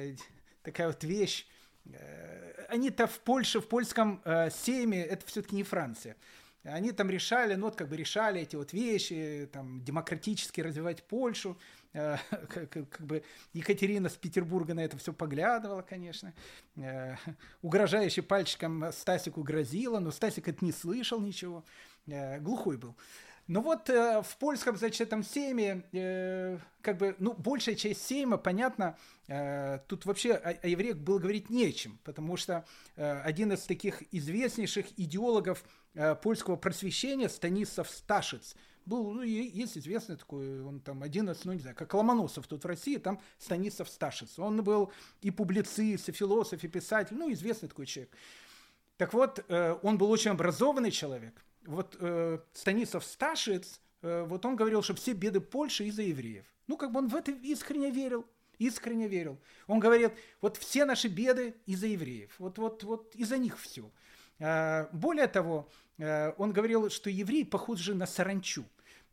вещь. Они-то в Польше, в польском сейме, это все-таки не Франция. Они там решали, ну вот как бы решали эти вот вещи, там демократически развивать Польшу. Как бы Екатерина с Петербурга на это все поглядывала, конечно. Угрожающе пальчиком Стасику грозила, но Стасик это не слышал ничего. Глухой был. Но вот в польском, значит, этом сейме, как бы, ну, большая часть сейма, понятно, тут вообще о евреях было говорить не о чем, потому что один из таких известнейших идеологов польского просвещения, Станислав Сташиц, был, ну, есть известный такой, он там один из, ну, не знаю, как Ломоносов тут в России, там Станислав Сташиц. Он был и публицист, и философ, и писатель, ну, известный такой человек. Так вот, он был очень образованный человек. Вот Станислав Сташиц, вот он говорил, что все беды Польши из-за евреев. Ну, как бы он в это искренне верил. Искренне верил. Он говорит, вот все наши беды из-за евреев. Вот из-за них все. Более того, он говорил, что евреи похожи на саранчу.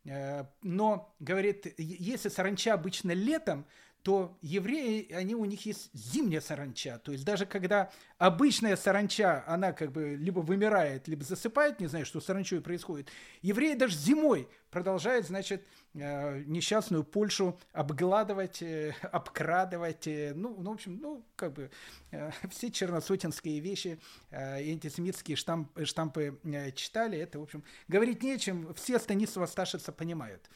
Но, говорит, если саранча обычно летом, то евреи, у них есть зимняя саранча. То есть даже когда обычная саранча, она как бы либо вымирает, либо засыпает, не знаю, что с саранчой происходит, евреи даже зимой продолжают, значит, несчастную Польшу обгладывать, обкрадывать. Ну, в общем, ну, как бы все черносотенские вещи и антисемитские штампы читали. Это, в общем, говорить нечем, все Станислава Сташица понимают.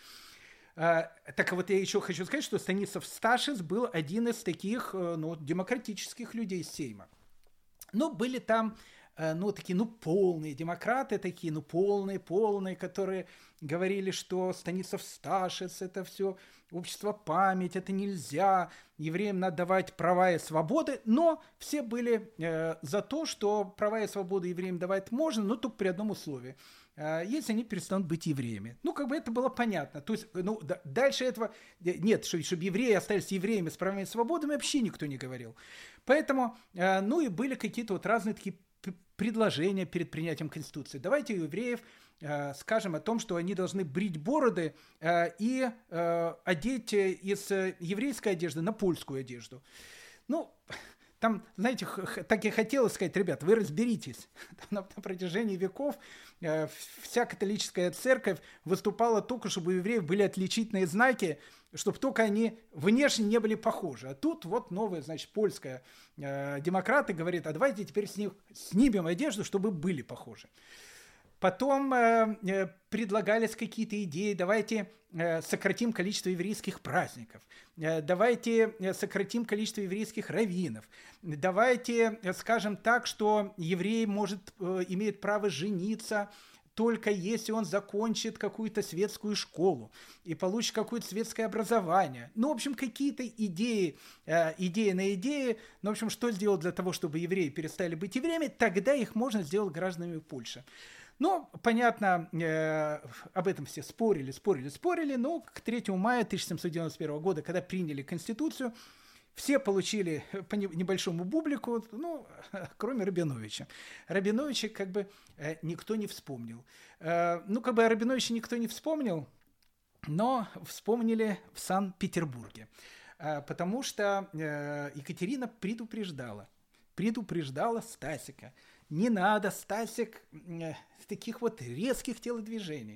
Так вот, я еще хочу сказать, что Станислав Сташиц был один из таких, ну, демократических людей Сейма. Но были там такие, полные демократы такие, полные, которые говорили, что Станислав Сташец, это все общество память, это нельзя, евреям надо давать права и свободы, но все были за то, что права и свободы евреям давать можно, но только при одном условии. Если они перестанут быть евреями. Это было понятно. То есть, дальше этого нет, чтобы евреи остались евреями с правами и свободами, вообще никто не говорил. Поэтому, и были какие-то разные такие предложения перед принятием Конституции. Давайте у евреев скажем о том, что они должны брить бороды и одеть из еврейской одежды на польскую одежду. Там, знаете, так и хотелось сказать, ребят, вы разберитесь. На протяжении веков вся католическая церковь выступала только, чтобы у евреев были отличительные знаки, чтобы только они внешне не были похожи. А тут новая, польская демократы говорят, а давайте теперь снимем одежду, чтобы были похожи. Потом предлагались какие-то идеи, давайте сократим количество еврейских праздников, давайте сократим количество еврейских раввинов, давайте скажем так, что еврей имеет право жениться только если он закончит какую-то светскую школу и получит какое-то светское образование. В общем, какие-то идеи на идеи. Что сделать для того, чтобы евреи перестали быть евреями, тогда их можно сделать гражданами Польши. Понятно, об этом все спорили, но к 3 мая 1791 года, когда приняли Конституцию, все получили по небольшому бублику, кроме Рабиновича. Рабиновича никто не вспомнил. О Рабиновиче никто не вспомнил, но вспомнили в Санкт-Петербурге. Потому что Екатерина предупреждала Стасика. Не надо, Стасик, таких резких телодвижений.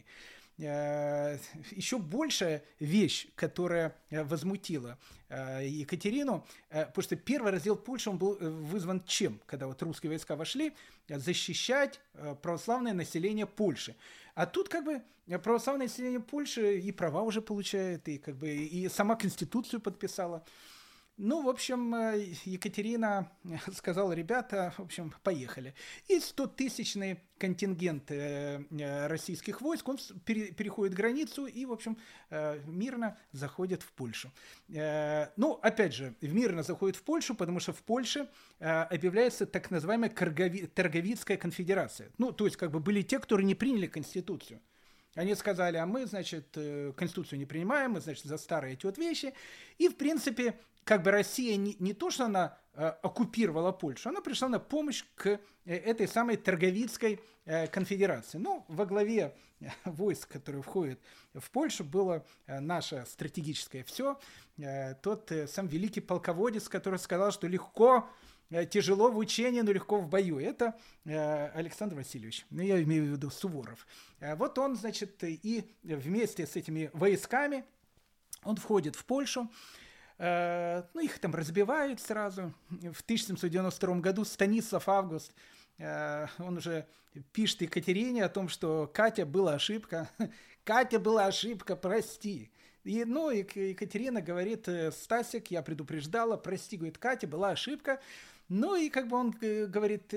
Еще большая вещь, которая возмутила Екатерину, потому что первый раздел Польши он был вызван чем? Когда русские войска вошли, защищать православное население Польши. А тут православное население Польши и права уже получает, и сама Конституцию подписала. В общем, Екатерина сказала, ребята, поехали. И 100-тысячный контингент российских войск, он переходит границу и, мирно заходит в Польшу. Опять же, мирно заходит в Польшу, потому что в Польше объявляется так называемая Торговицкая конфедерация. То есть, были те, которые не приняли Конституцию. Они сказали, а мы, Конституцию не принимаем, мы, за старые эти вещи. И, в принципе, Россия не то, что она оккупировала Польшу, она пришла на помощь к этой самой Торговицкой конфедерации. Во главе войск, которые входят в Польшу, было наше стратегическое все. Тот сам великий полководец, который сказал, что тяжело в учении, но легко в бою. Это Александр Васильевич. Я имею в виду Суворов. Он, и вместе с этими войсками он входит в Польшу. Их там разбивают сразу. В 1792 году Станислав Август, он уже пишет Екатерине о том, что Катя, была ошибка. Катя, была ошибка, прости. И Екатерина говорит, Стасик, я предупреждала, прости, говорит, Катя, была ошибка. И он говорит,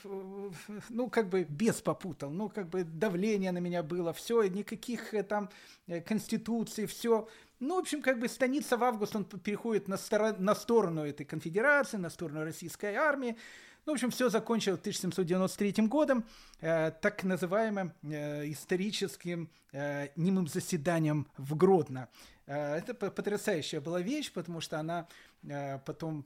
бес попутал, давление на меня было, все, никаких там конституций, все. В общем, Станислав Август, он переходит на сторону этой конфедерации, на сторону российской армии. В общем, все закончилось 1793 годом, так называемым историческим немым заседанием в Гродно. Это потрясающая была вещь, потому что она потом,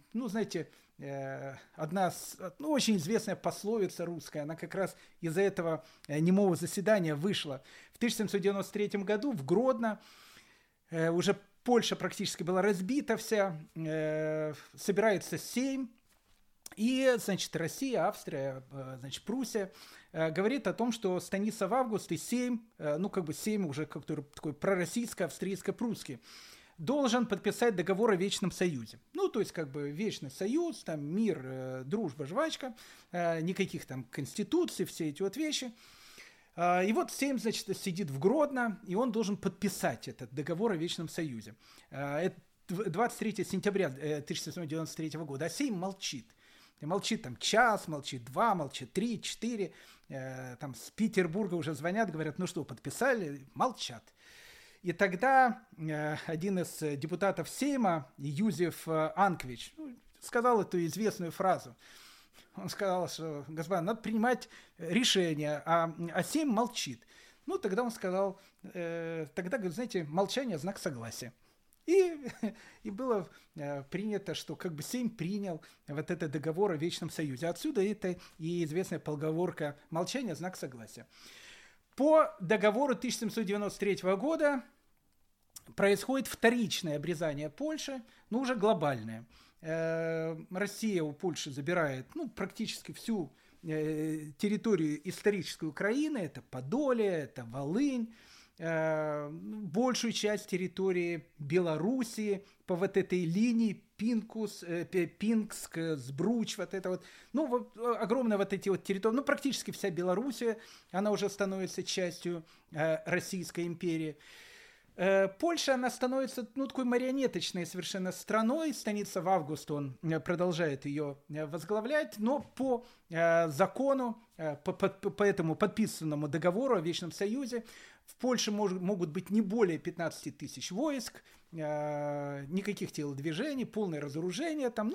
одна очень известная пословица русская, она как раз из-за этого немого заседания вышла. В 1793 году в Гродно уже Польша практически была разбита вся, собирается Сейм, и, Россия, Австрия, Пруссия говорит о том, что Станислав Август и Сейм, Сейм уже который такой пророссийско-австрийско-прусский, должен подписать договор о Вечном Союзе. То есть, Вечный Союз, там мир, дружба, жвачка, никаких там конституций, все эти вещи. И Сейм, сидит в Гродно, и он должен подписать этот договор о Вечном Союзе. Это 23 сентября 1793 года, а Сейм молчит. И молчит там час, молчит 2, молчит 3, 4. Там с Петербурга уже звонят, говорят, ну что, подписали? Молчат. И тогда один из депутатов Сейма, Юзеф Анквич, сказал эту известную фразу. Он сказал, что, господа, надо принимать решение, а Сейм молчит. Ну, тогда он сказал, тогда, знаете, молчание – знак согласия. И было принято, что как бы Сейм принял вот этот договор о Вечном Союзе. Отсюда это и известная поговорка «молчание – знак согласия». По договору 1793 года происходит вторичное обрезание Польши, но уже глобальное. Россия у Польши забирает практически всю территорию исторической Украины, это Подоле, это Волынь, большую часть территории Белоруссии по вот этой линии Пинск, Сбруч, вот это вот, огромная вот эти вот территории, практически вся Белоруссия, она уже становится частью Российской империи. Польша, она становится такой марионеточной совершенно страной. Станислав Август, он продолжает ее возглавлять, но по закону, по этому подписанному договору о Вечном Союзе в Польше могут быть не более 15 тысяч войск, никаких телодвижений, полное разоружение, там,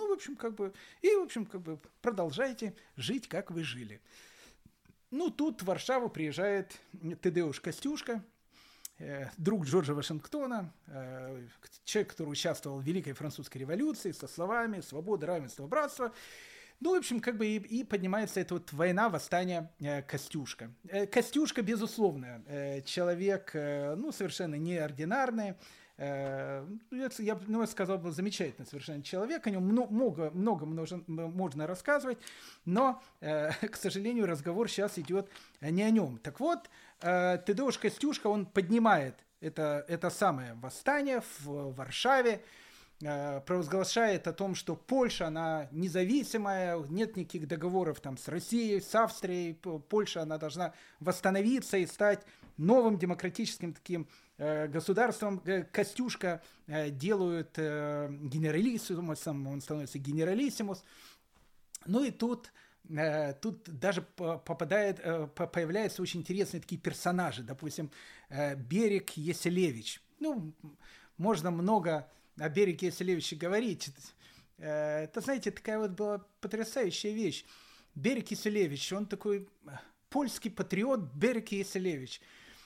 продолжайте жить, как вы жили. Тут в Варшаву приезжает Тадеуш Костюшка, друг Джорджа Вашингтона, человек, который участвовал в Великой Французской революции, со словами «свобода, равенство, братство». И поднимается эта вот война, восстание Костюшка. Костюшка, безусловно, человек, совершенно неординарный. Я бы сказал, был замечательный совершенно человек, о нем много можно рассказывать, но, к сожалению, разговор сейчас идет не о нем. Так вот, Тадеуш Костюшка, он поднимает это самое восстание в Варшаве, провозглашает о том, что Польша, она независимая, нет никаких договоров там с Россией, с Австрией, Польша, она должна восстановиться и стать новым демократическим таким государством. Костюшка делают генералиссимусом, он становится генералиссимус. И тут даже появляются очень интересные такие персонажи, допустим, Берег Яселевич. Можно много о Береге Яселевиче говорить. Это, знаете, такая вот была потрясающая вещь. Берег Яселевич, он такой польский патриот, Берег Яселевич.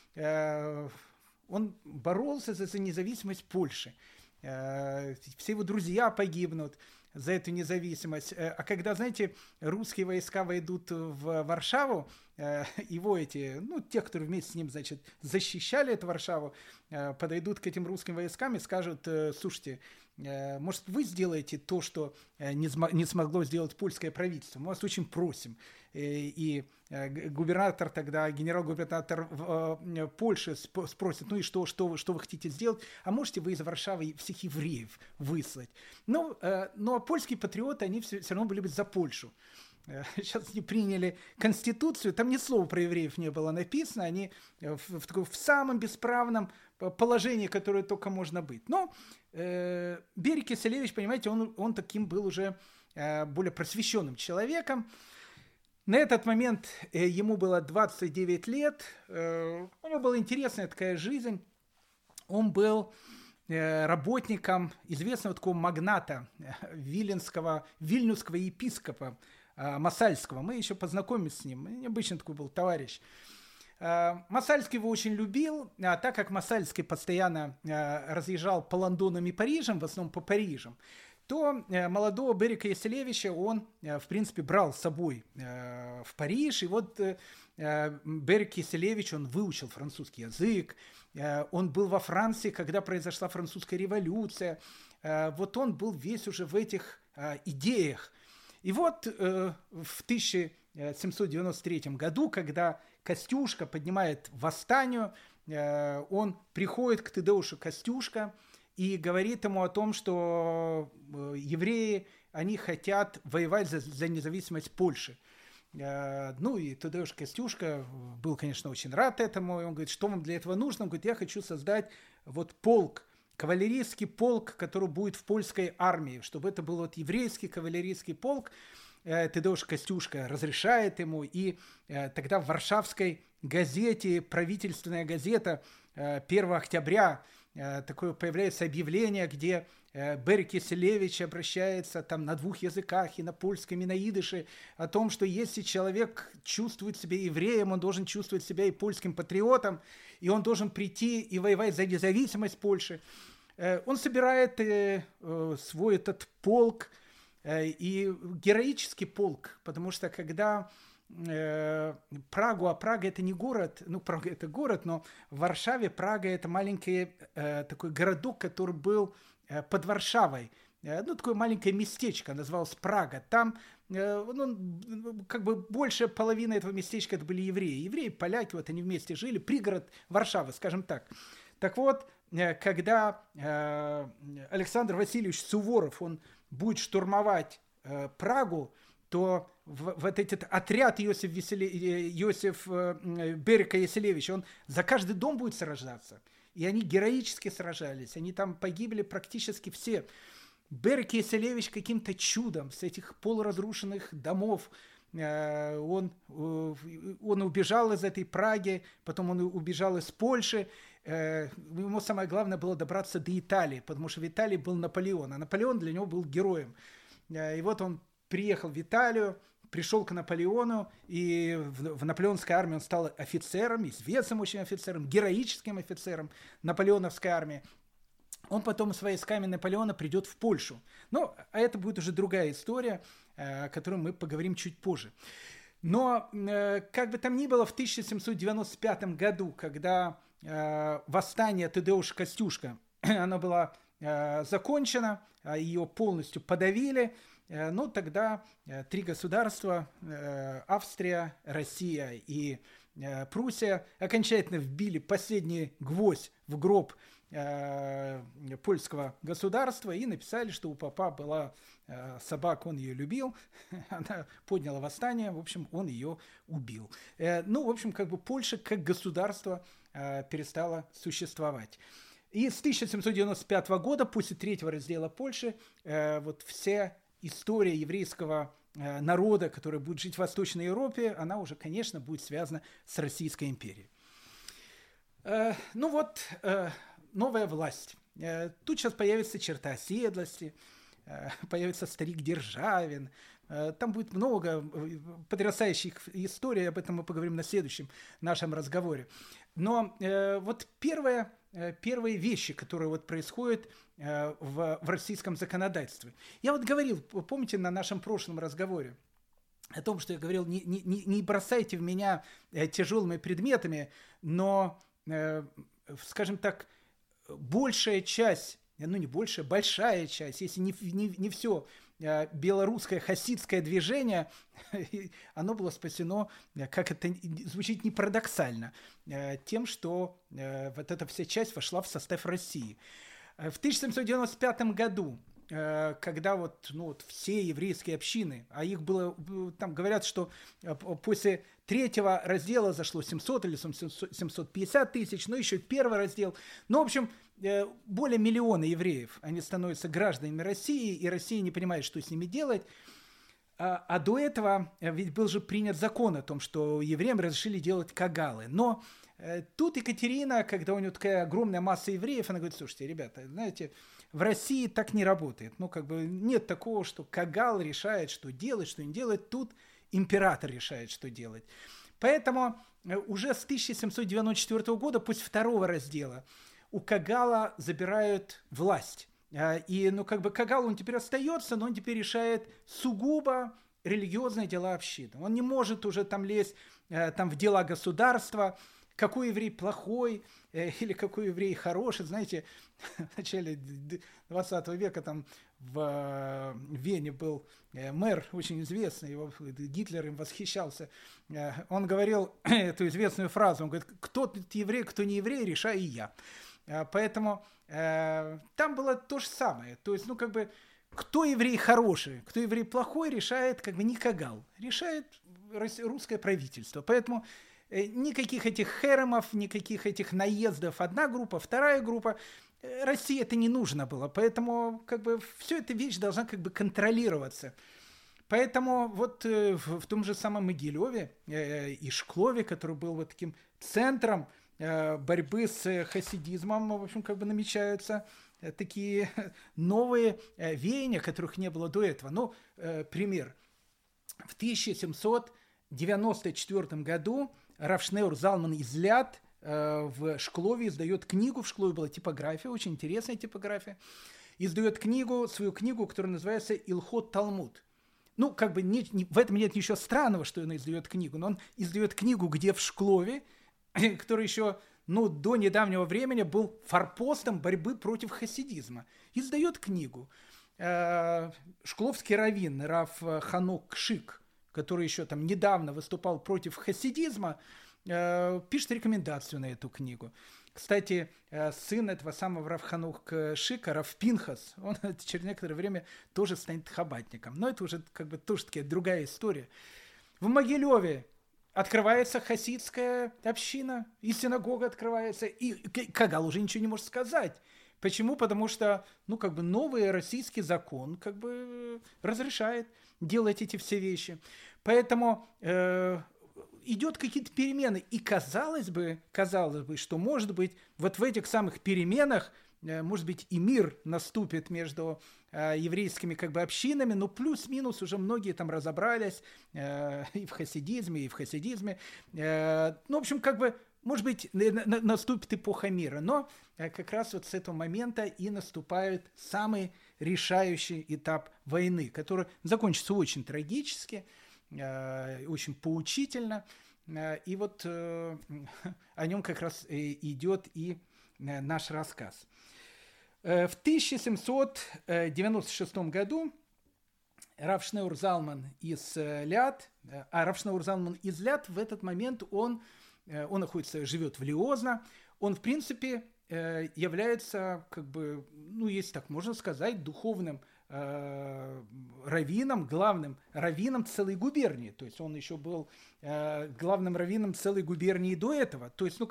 Он боролся за независимость Польши. Все его друзья погибнут за эту независимость. А когда, знаете, русские войска войдут в Варшаву, его те, которые вместе с ним, значит, защищали эту Варшаву, подойдут к этим русским войскам и скажут: слушайте, может, вы сделаете то, что не смогло сделать польское правительство? Мы вас очень просим. И губернатор тогда, генерал-губернатор Польши спросит: ну и что вы хотите сделать? А можете вы из Варшавы всех евреев выслать? А польские патриоты, они все равно были бы за Польшу. Сейчас они приняли Конституцию, там ни слова про евреев не было написано, они в самом бесправном положении, которое только можно быть. Но Берег Яселевич, понимаете, он таким был уже более просвещенным человеком. На этот момент ему было 29 лет, у него была интересная такая жизнь. Он был работником известного такого магната, вильнюсского епископа Масальского. Мы еще познакомились с ним, необычный такой был товарищ. Масальский его очень любил, так как Масальский постоянно разъезжал по Лондонам и Парижам, в основном по Парижам, то молодого Берега Яселевича он, в принципе, брал с собой в Париж. И вот Берег Яселевич, он выучил французский язык, он был во Франции, когда произошла французская революция. Вот он был весь уже в этих идеях. И вот в 1793 году, когда Костюшка поднимает восстание, он приходит к Тадеушу Костюшка и говорит ему о том, что евреи, они хотят воевать за независимость Польши. И Тадеуш Костюшка был, конечно, очень рад этому. И он говорит: что вам для этого нужно? Он говорит: я хочу создать вот полк, кавалерийский полк, который будет в польской армии, чтобы это был вот еврейский кавалерийский полк. Тадеуш Костюшка разрешает ему, и тогда в Варшавской газете, правительственная газета, 1 октября, такое появляется объявление, где Берик Киселевич обращается там на 2 языках, и на польском, и на идыше, о том, что если человек чувствует себя евреем, он должен чувствовать себя и польским патриотом, и он должен прийти и воевать за независимость Польши. Он собирает свой этот полк, и героический полк, потому что когда Прагу, а Прага это не город, ну Прага это город, но в Варшаве Прага это маленький такой городок, который был под Варшавой, ну такое маленькое местечко, называлось Прага. Там как бы большая половина этого местечка это были евреи. Евреи, поляки, вот они вместе жили, пригород Варшавы, скажем так. Так вот, когда Александр Васильевич Суворов, он будет штурмовать Прагу, то вот этот отряд Иосиф Берика Яселевича, он за каждый дом будет сражаться. И они героически сражались, они там погибли практически все. Берик Яселевич каким-то чудом с этих полуразрушенных домов, он убежал из этой Праги, потом он убежал из Польши. Ему самое главное было добраться до Италии, потому что в Италии был Наполеон, а Наполеон для него был героем. И вот он приехал в Италию, пришел к Наполеону, и в наполеоновской армии он стал офицером, известным очень офицером, героическим офицером наполеоновской армии. Он потом с войсками Наполеона придет в Польшу. Ну, а это будет уже другая история, о которой мы поговорим чуть позже. Но, как бы там ни было, в 1795 году, когда восстание Тадеуша Костюшка, оно было закончено, ее полностью подавили, но тогда 3 государства, Австрия, Россия и Пруссия, окончательно вбили последний гвоздь в гроб польского государства и написали, что у папа была собака, он ее любил, она подняла восстание, в общем, он ее убил. Ну, в общем, как бы Польша как государство перестала существовать. И с 1795 года, после 3-го раздела Польши, вот вся история еврейского народа, который будет жить в Восточной Европе, она уже, конечно, будет связана с Российской империей. Ну вот, новая власть. Тут сейчас появится черта оседлости, появится старик Державин. Там будет много потрясающих историй, об этом мы поговорим на следующем нашем разговоре. Но вот первые вещи, которые вот происходят в российском законодательстве. Я вот говорил, помните, на нашем прошлом разговоре о том, что я говорил, не бросайте в меня тяжелыми предметами, но, скажем так, большая часть, ну не большая, большая часть, если не все белорусское хасидское движение, оно было спасено, как это звучит не парадоксально, тем, что вот эта вся часть вошла в состав России. В 1795 году, когда вот все еврейские общины, а их было, там говорят, что после 3-го раздела зашло 700 или 750 тысяч, но еще 1-й раздел, ну, в общем, более миллиона евреев, они становятся гражданами России, и Россия не понимает, что с ними делать. А до этого ведь был же принят закон о том, что евреям разрешили делать кагалы. Но тут Екатерина, когда у нее такая огромная масса евреев, она говорит: слушайте, ребята, знаете, в России так не работает. Ну, как бы нет такого, что кагал решает, что делать, что не делать. Тут император решает, что делать. Поэтому уже с 1794 года, после 2-го раздела, у кагала забирают власть. И, ну, как бы кагал, он теперь остается, но он теперь решает сугубо религиозные дела общины. Он не может уже там лезть там, в дела государства, какой еврей плохой или какой еврей хороший. Знаете, в начале 20 века там в Вене был мэр очень известный, его Гитлер им восхищался. Он говорил эту известную фразу, он говорит: кто тут еврей, кто не еврей, решаю я. Поэтому там было то же самое. То есть, ну, как бы, кто еврей хороший, кто еврей плохой, решает, как бы, не кагал. Решает русское правительство. Поэтому никаких этих херемов, никаких этих наездов. Одна группа, вторая группа. России это не нужно было. Поэтому, как бы, все эта вещь должна, как бы, контролироваться. Поэтому вот в том же самом Могилеве и Шклове, который был вот таким центром борьбы с хасидизмом, в общем, как бы намечаются такие новые веяния, которых не было до этого. Ну, пример. В 1794 году Рав Шнeur Залман из Ляд в Шклове издает книгу. В Шклове была типография, очень интересная типография. Издает свою книгу, которая называется «Илхот Талмуд». Ну, как бы в этом нет ничего странного, что он издает книгу, но он издает книгу, где в Шклове, который еще, до недавнего времени был форпостом борьбы против хасидизма. Издает книгу. Шкловский раввин Рав Ханок Кшик, который еще там недавно выступал против хасидизма, пишет рекомендацию на эту книгу. Кстати, сын этого самого Рав Ханука Шика, Рав Пинхас, он через некоторое время тоже станет хабатником. Но это уже как бы тоже такая другая история. В Могилеве открывается хасидская община, и синагога открывается, и Кагал уже ничего не может сказать. Почему? Потому что, новый российский закон разрешает делать эти все вещи. Поэтому идет какие-то перемены. И казалось бы, что, может быть, вот в этих самых переменах, может быть, и мир наступит между еврейскими общинами, но плюс-минус уже многие там разобрались и в хасидизме, и в хасидизме. В общем, может быть, наступит эпоха мира, но как раз вот с этого момента и наступает самый решающий этап войны, который закончится очень трагически, очень поучительно, и вот о нем как раз идет и наш рассказ. В 1796 году Рав Шнeur Залман из Ляд, в этот момент он живет в Лиозно, он, в принципе, является, если так можно сказать, духовным раввином, главным раввином целой губернии. То есть он еще был главным раввином целой губернии до этого. То есть,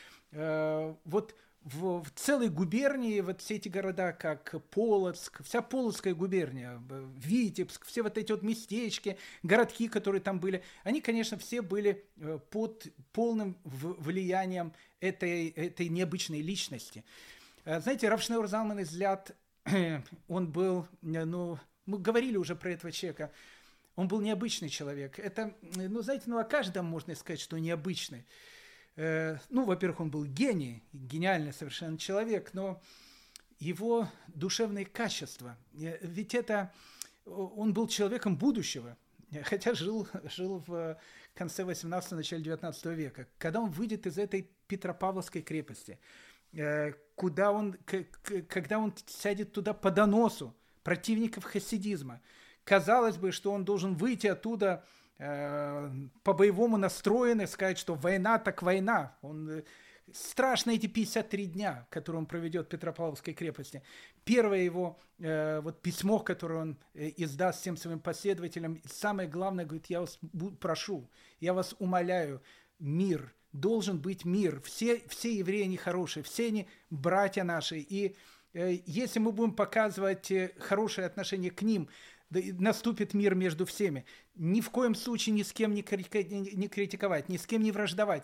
вот в целой губернии вот все эти города, как Полоцк, вся Полоцкая губерния, Витебск, все вот эти вот местечки, городки, которые там были, они, конечно, все были под полным влиянием этой необычной личности. Знаете, Рав Шнeur Залман из Ляд, он был, мы говорили уже про этого человека, он был необычный человек. Это, о каждом можно сказать, что необычный. Во-первых, он был гениальный совершенно человек, но его душевные качества, ведь он был человеком будущего, хотя жил в конце 18-го, начале 19 века. Когда он выйдет из этой Петропавловской крепости, когда он сядет туда по доносу противников хасидизма, казалось бы, что он должен выйти оттуда по-боевому настроенный, сказать, что война так война. Страшно эти 53 дня, которые он проведет в Петропавловской крепости. Первое его письмо, которое он издаст всем своим последователям, самое главное, говорит: я вас прошу, я вас умоляю, мир, должен быть мир. Все евреи, они хорошие, все они братья наши. И если мы будем показывать хорошее отношение к ним, наступит мир между всеми. Ни в коем случае ни с кем не критиковать, ни с кем не враждовать.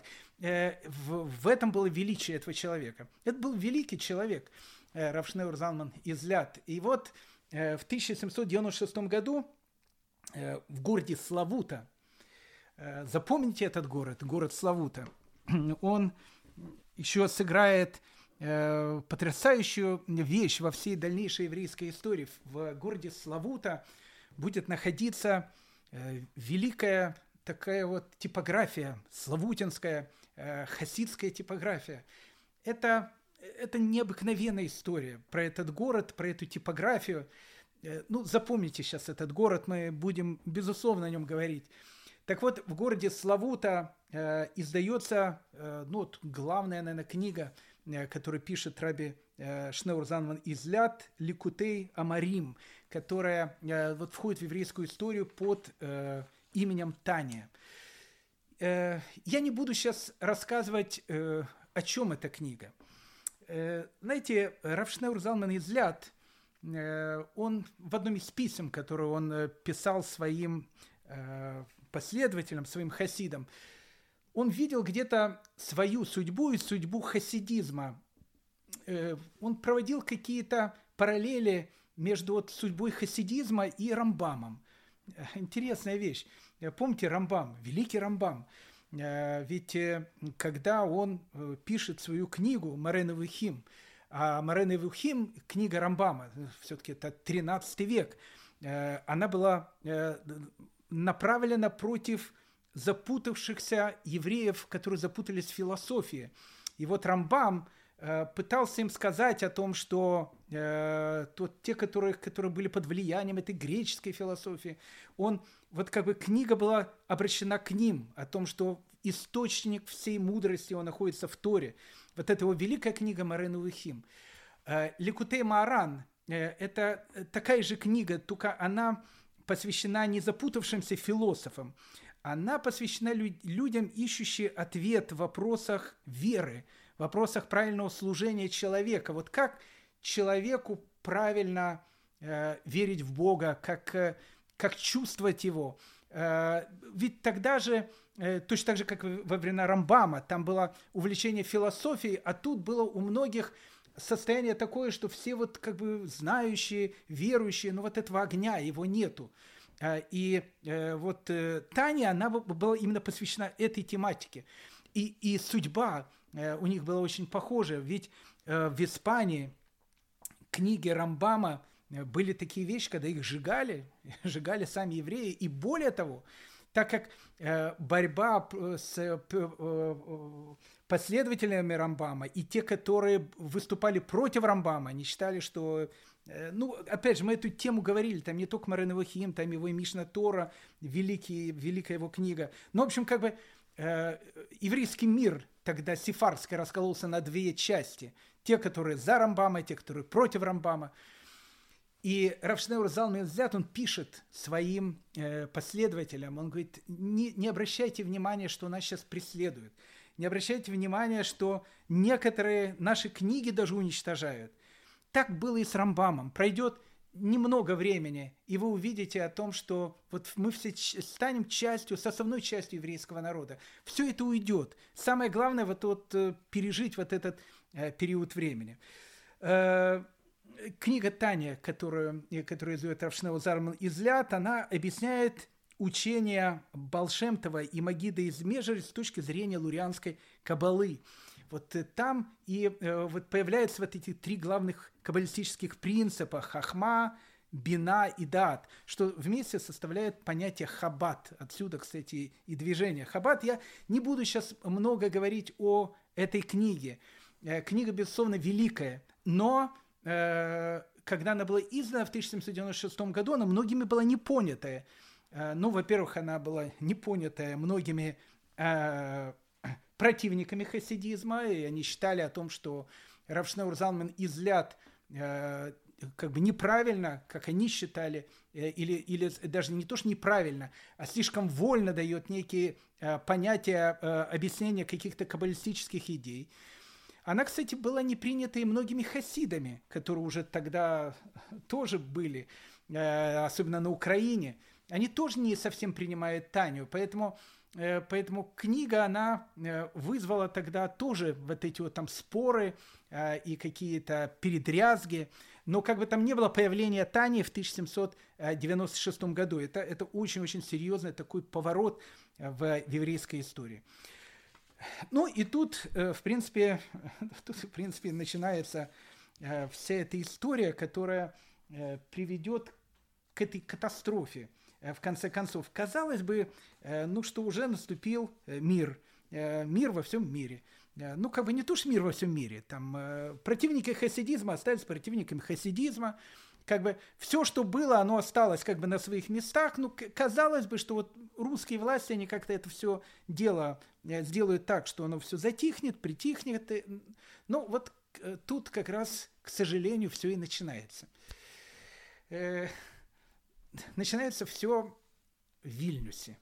В этом было величие этого человека. Это был великий человек, Рав Шнeur Залман из Ляд. И вот в 1796 году в городе Славута, запомните этот город Славута, он еще сыграет потрясающую вещь во всей дальнейшей еврейской истории. В городе Славута будет находиться великая такая вот типография, славутинская, хасидская типография. Это необыкновенная история про этот город, про эту типографию. Запомните сейчас этот город, мы будем, безусловно, о нем говорить. Так вот, в городе Славута издается, главная, наверное, книга, который пишет Раби Шнeur Залман из Ляд, Ликутей Амарим, которая входит в еврейскую историю под именем Тания. Я не буду сейчас рассказывать, о чем эта книга. Знаете, Рав Шнeur Залман из Ляд, он в одном из писем, которые он писал своим последователям, своим хасидам, он видел где-то свою судьбу и судьбу хасидизма. Он проводил какие-то параллели между вот судьбой хасидизма и Рамбамом. Интересная вещь. Помните Рамбам, великий Рамбам? Ведь когда он пишет свою книгу «Морэ Невухим», а «Морэ Невухим», книга Рамбама, все-таки это 13 век, она была направлена против запутавшихся евреев, которые запутались в философии. И вот Рамбам пытался им сказать о том, что те, которые были под влиянием этой греческой философии, вот как бы книга была обращена к ним, о том, что источник всей мудрости он находится в Торе. Вот это его великая книга «Морэ Невухим». Ликутей Моаран – это такая же книга, только она посвящена не запутавшимся философам, она посвящена людям, ищущим ответ в вопросах веры, в вопросах правильного служения человека. Вот как человеку правильно верить в Бога, как чувствовать Его. Ведь тогда же, точно так же, как во времена Рамбама, там было увлечение философией, а тут было у многих состояние такое, что все вот как бы знающие, верующие, но вот этого огня, его нету. И вот Таня, она была именно посвящена этой тематике. И судьба у них была очень похожа. Ведь в Испании книги Рамбама были такие вещи, когда их сжигали сами евреи. И более того, так как борьба с последователями Рамбама и те, которые выступали против Рамбама, они считали, что... Ну, опять же, мы эту тему говорили, там не только Морэ Невухим, там его и Мишна Тора, великая его книга. Но, в общем, как бы еврейский мир тогда сефардский раскололся на две части. Те, которые за Рамбама, те, которые против Рамбама. И Рав Шнеур Залмен Зят, он пишет своим последователям, он говорит, не обращайте внимания, что нас сейчас преследуют. Не обращайте внимания, что некоторые наши книги даже уничтожают. Так было и с Рамбамом. Пройдет немного времени, и вы увидите о том, что вот мы все станем составной частью еврейского народа. Все это уйдет. Самое главное вот пережить вот этот период времени. Книга Таня, которую издает Рав Шнеур Залман Зят, она объясняет учение Баал Шем Това и Магида из Межери с точки зрения лурианской каббалы. Вот там и вот появляются вот эти три главных каббалистических принципа – хахма, бина и даат, что вместе составляет понятие хаббат. Отсюда, кстати, и движение. Хаббат, я не буду сейчас много говорить о этой книге. Книга, безусловно, великая, но когда она была издана в 1796 году, она многими была не понятая. Ну, во-первых, она была не понятая многими противниками хасидизма, и они считали о том, что Рав Шнеур Залман Зят как бы неправильно, как они считали, или даже не то, что неправильно, а слишком вольно дает некие понятия объяснения каких-то каббалистических идей. Она, кстати, была не принята и многими хасидами, которые уже тогда тоже были, особенно на Украине. Они тоже не совсем принимают Таню, поэтому книга, она вызвала тогда тоже вот эти вот там споры и какие-то передрязги. Но как бы там ни было, появление Тани в 1796 году, это очень-очень серьезный такой поворот в еврейской истории. Ну и тут, в принципе, начинается вся эта история, которая приведет к этой катастрофе. В конце концов, казалось бы, что уже наступил мир во всем мире. Ну, как бы не то, что мир во всем мире. Там противники хасидизма остались противниками хасидизма. Как бы все, что было, оно осталось как бы на своих местах. Ну, казалось бы, что вот русские власти, они как-то это все дело сделают так, что оно все затихнет, притихнет. Но вот тут как раз, к сожалению, все и начинается. Начинается все в Вильнюсе.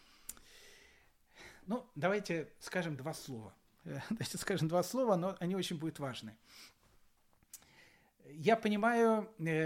Ну, давайте скажем два слова. Но они очень будут важны. Я понимаю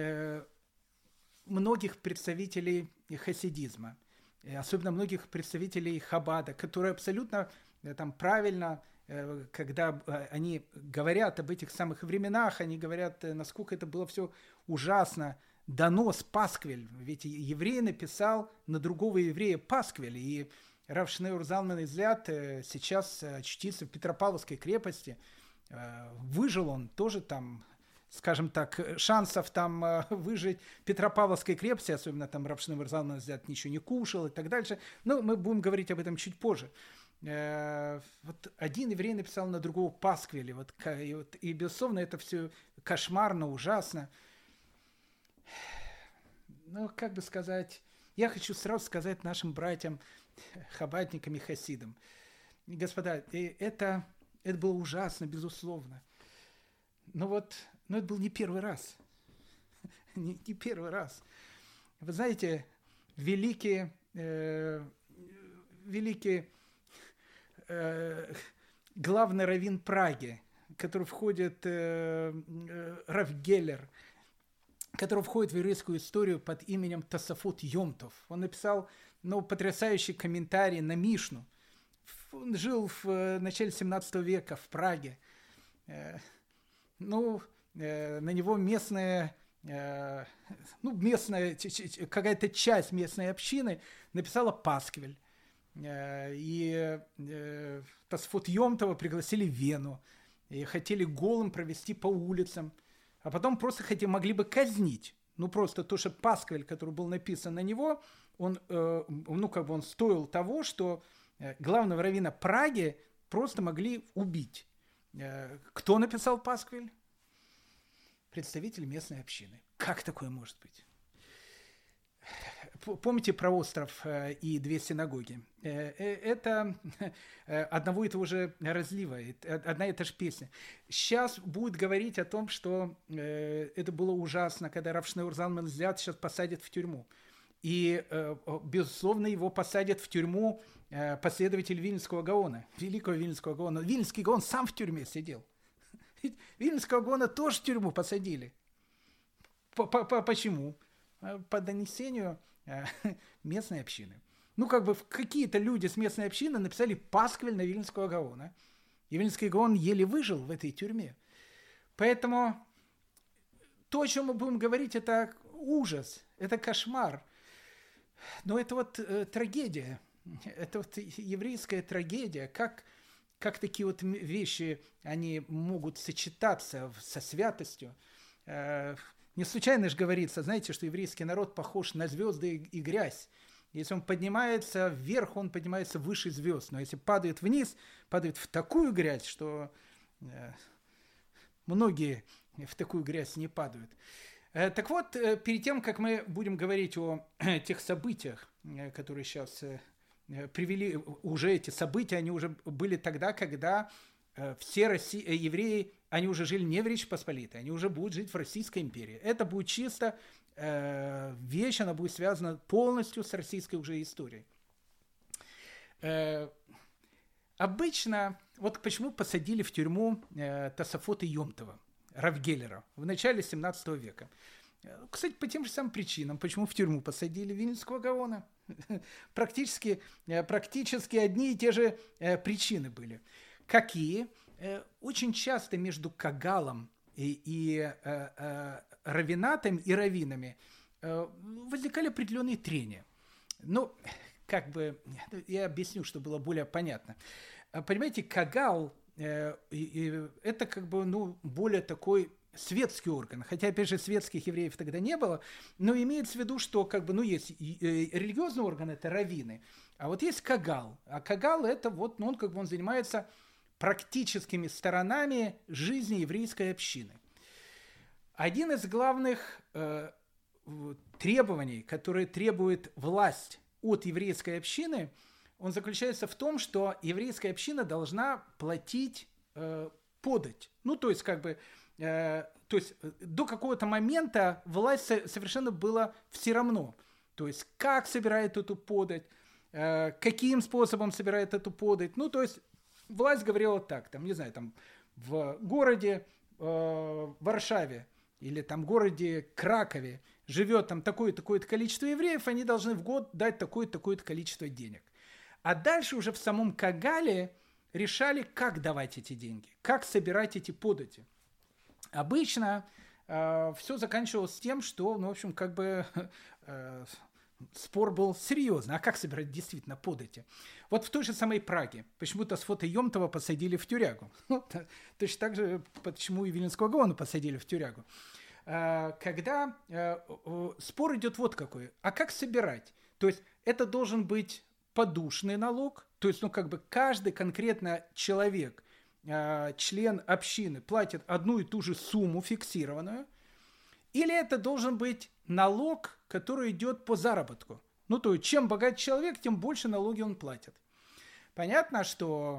многих представителей хасидизма, особенно многих представителей Хаббада, которые абсолютно там правильно, когда они говорят об этих самых временах, они говорят, насколько это было все ужасно. Донос, пасквиль, ведь еврей написал на другого еврея пасквиль, и Рав Шнeur Залман Излят сейчас чтится в Петропавловской крепости, выжил он тоже там, скажем так, шансов там выжить в Петропавловской крепости, особенно там Рав Шнeur Залман Излят ничего не кушал и так дальше, но мы будем говорить об этом чуть позже. Вот один еврей написал на другого пасквили, и безусловно это все кошмарно, ужасно. Ну, как бы сказать, я хочу сразу сказать нашим братьям, хаббатникам и хасидам, господа, это было ужасно, безусловно, но это был не первый раз, не первый раз. Вы знаете, великий главный раввин Праги, который входит, Рав Геллер, который входит в еврейскую историю под именем Тосафот Йомтов. Он написал потрясающий комментарий на Мишну. Он жил в начале 17 века в Праге. На него местная какая-то часть местной общины написала пасквиль. И Тосафот Йомтова пригласили в Вену. И хотели голым провести по улицам. А потом просто могли бы казнить. Просто то, что пасквиль, который был написан на него, он стоил того, что главного раввина Праги просто могли убить. Кто написал пасквиль? Представитель местной общины. Как такое может быть? Помните про остров и две синагоги? Это одного и того же разлива, одна и та же песня. Сейчас будет говорить о том, что это было ужасно, когда Рав Шнeur Залман Излят сейчас посадят в тюрьму. И, безусловно, его посадят в тюрьму последователь Вильнского Гаона, великого Вильнского Гаона. Вильнский Гаон сам в тюрьме сидел. Вильнского Гаона тоже в тюрьму посадили. Почему? По донесению местной общины. Какие-то люди с местной общины написали пасквиль на Вильнского Гаона. И Вильнский Гаон еле выжил в этой тюрьме. Поэтому то, о чем мы будем говорить, это ужас, это кошмар. Но это трагедия. Это еврейская трагедия. Как такие вещи, они могут сочетаться со святостью. Не случайно же говорится, знаете, что еврейский народ похож на звезды и грязь. Если он поднимается вверх, он поднимается выше звезд. Но если падает вниз, падает в такую грязь, что многие в такую грязь не падают. Так вот, перед тем, как мы будем говорить о тех событиях, которые сейчас привели, уже эти события, они уже были тогда, когда все евреи, они уже жили не в Речи Посполитой, они уже будут жить в Российской империи. Это будет чисто вещь, она будет связана полностью с российской уже историей. Обычно, почему посадили в тюрьму Тосафота Йомтова, Рав Геллера, в начале 17 века. Кстати, по тем же самым причинам, почему в тюрьму посадили Вильнского Гаона. Практически одни и те же причины были. Какие? Очень часто между кагалом и раввинатом и раввинами возникали определенные трения. Я объясню, чтобы было более понятно. Понимаете, кагал это более такой светский орган, хотя, опять же, светских евреев тогда не было, но имеется в виду, что есть религиозный орган, это раввины, а есть кагал, а кагал это он занимается практическими сторонами жизни еврейской общины. Один из главных требований, которые требует власть от еврейской общины, он заключается в том, что еврейская община должна платить подать. То есть до какого-то момента власть совершенно была все равно. То есть как собирает эту подать, каким способом собирает эту подать. То есть власть говорила так, в городе Варшаве или там городе Кракове живет там такое-то количество евреев, они должны в год дать такое-то количество денег. А дальше уже в самом Кагале решали, как давать эти деньги, как собирать эти подати. Обычно все заканчивалось тем, что, ну, в общем, как бы спор был серьезный. А как собирать действительно подати? Вот в той же самой Праге почему-то Сфота Йомтова посадили в тюрягу. Точно так же, почему и Виленского Гаона посадили в тюрягу. Когда спор идет вот какой. А как собирать? То есть это должен быть подушный налог, то есть, ну, как бы каждый конкретно человек, член общины, платит одну и ту же сумму фиксированную, или это должен быть налог, который идет по заработку. Ну, то есть, чем богаче человек, тем больше налоги он платит. Понятно, что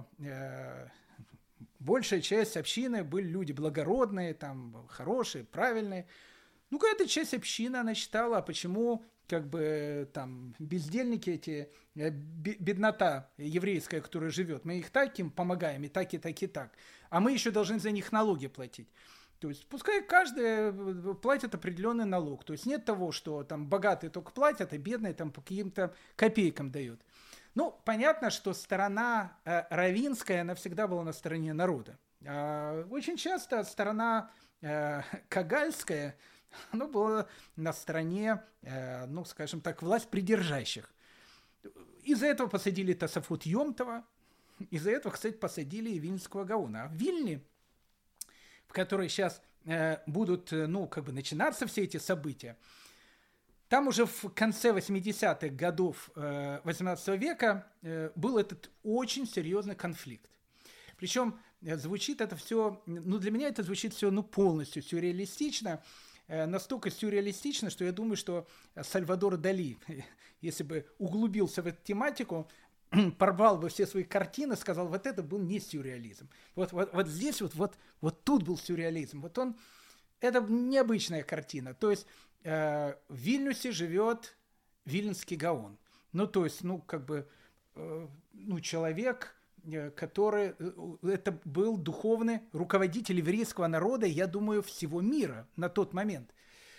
большая часть общины были люди благородные, там, хорошие, правильные. Ну, какая-то часть общины, она считала, а почему как бы там бездельники эти, беднота еврейская, которая живет, мы их так им помогаем, и так, и так, и так. А мы еще должны за них налоги платить. То есть пускай каждый платит определенный налог. То есть нет того, что там богатые только платят, а бедные там по каким-то копейкам дают. Ну, понятно, что сторона раввинская, она всегда была на стороне народа. Очень часто сторона кагальская, она была на стороне, ну, скажем так, власть придержащих. Из-за этого посадили Тосафот Йомтова, из-за этого, кстати, посадили и Вильнского Гаона. А в Вильне, в которой сейчас будут, ну, как бы начинаться все эти события, там уже в конце 80-х годов 18 века был этот очень серьезный конфликт. Причем звучит это все, ну, для меня это звучит все, ну, полностью сюрреалистично, настолько сюрреалистично, что я думаю, что Сальвадор Дали, если бы углубился в эту тематику, порвал бы все свои картины, сказал, вот это был не сюрреализм. Вот здесь, вот тут был сюрреализм. Вот он, это необычная картина. То есть в Вильнюсе живет Виленский Гаон. Ну, то есть, ну, как бы, ну, человек, который, это был духовный руководитель еврейского народа, я думаю, всего мира на тот момент.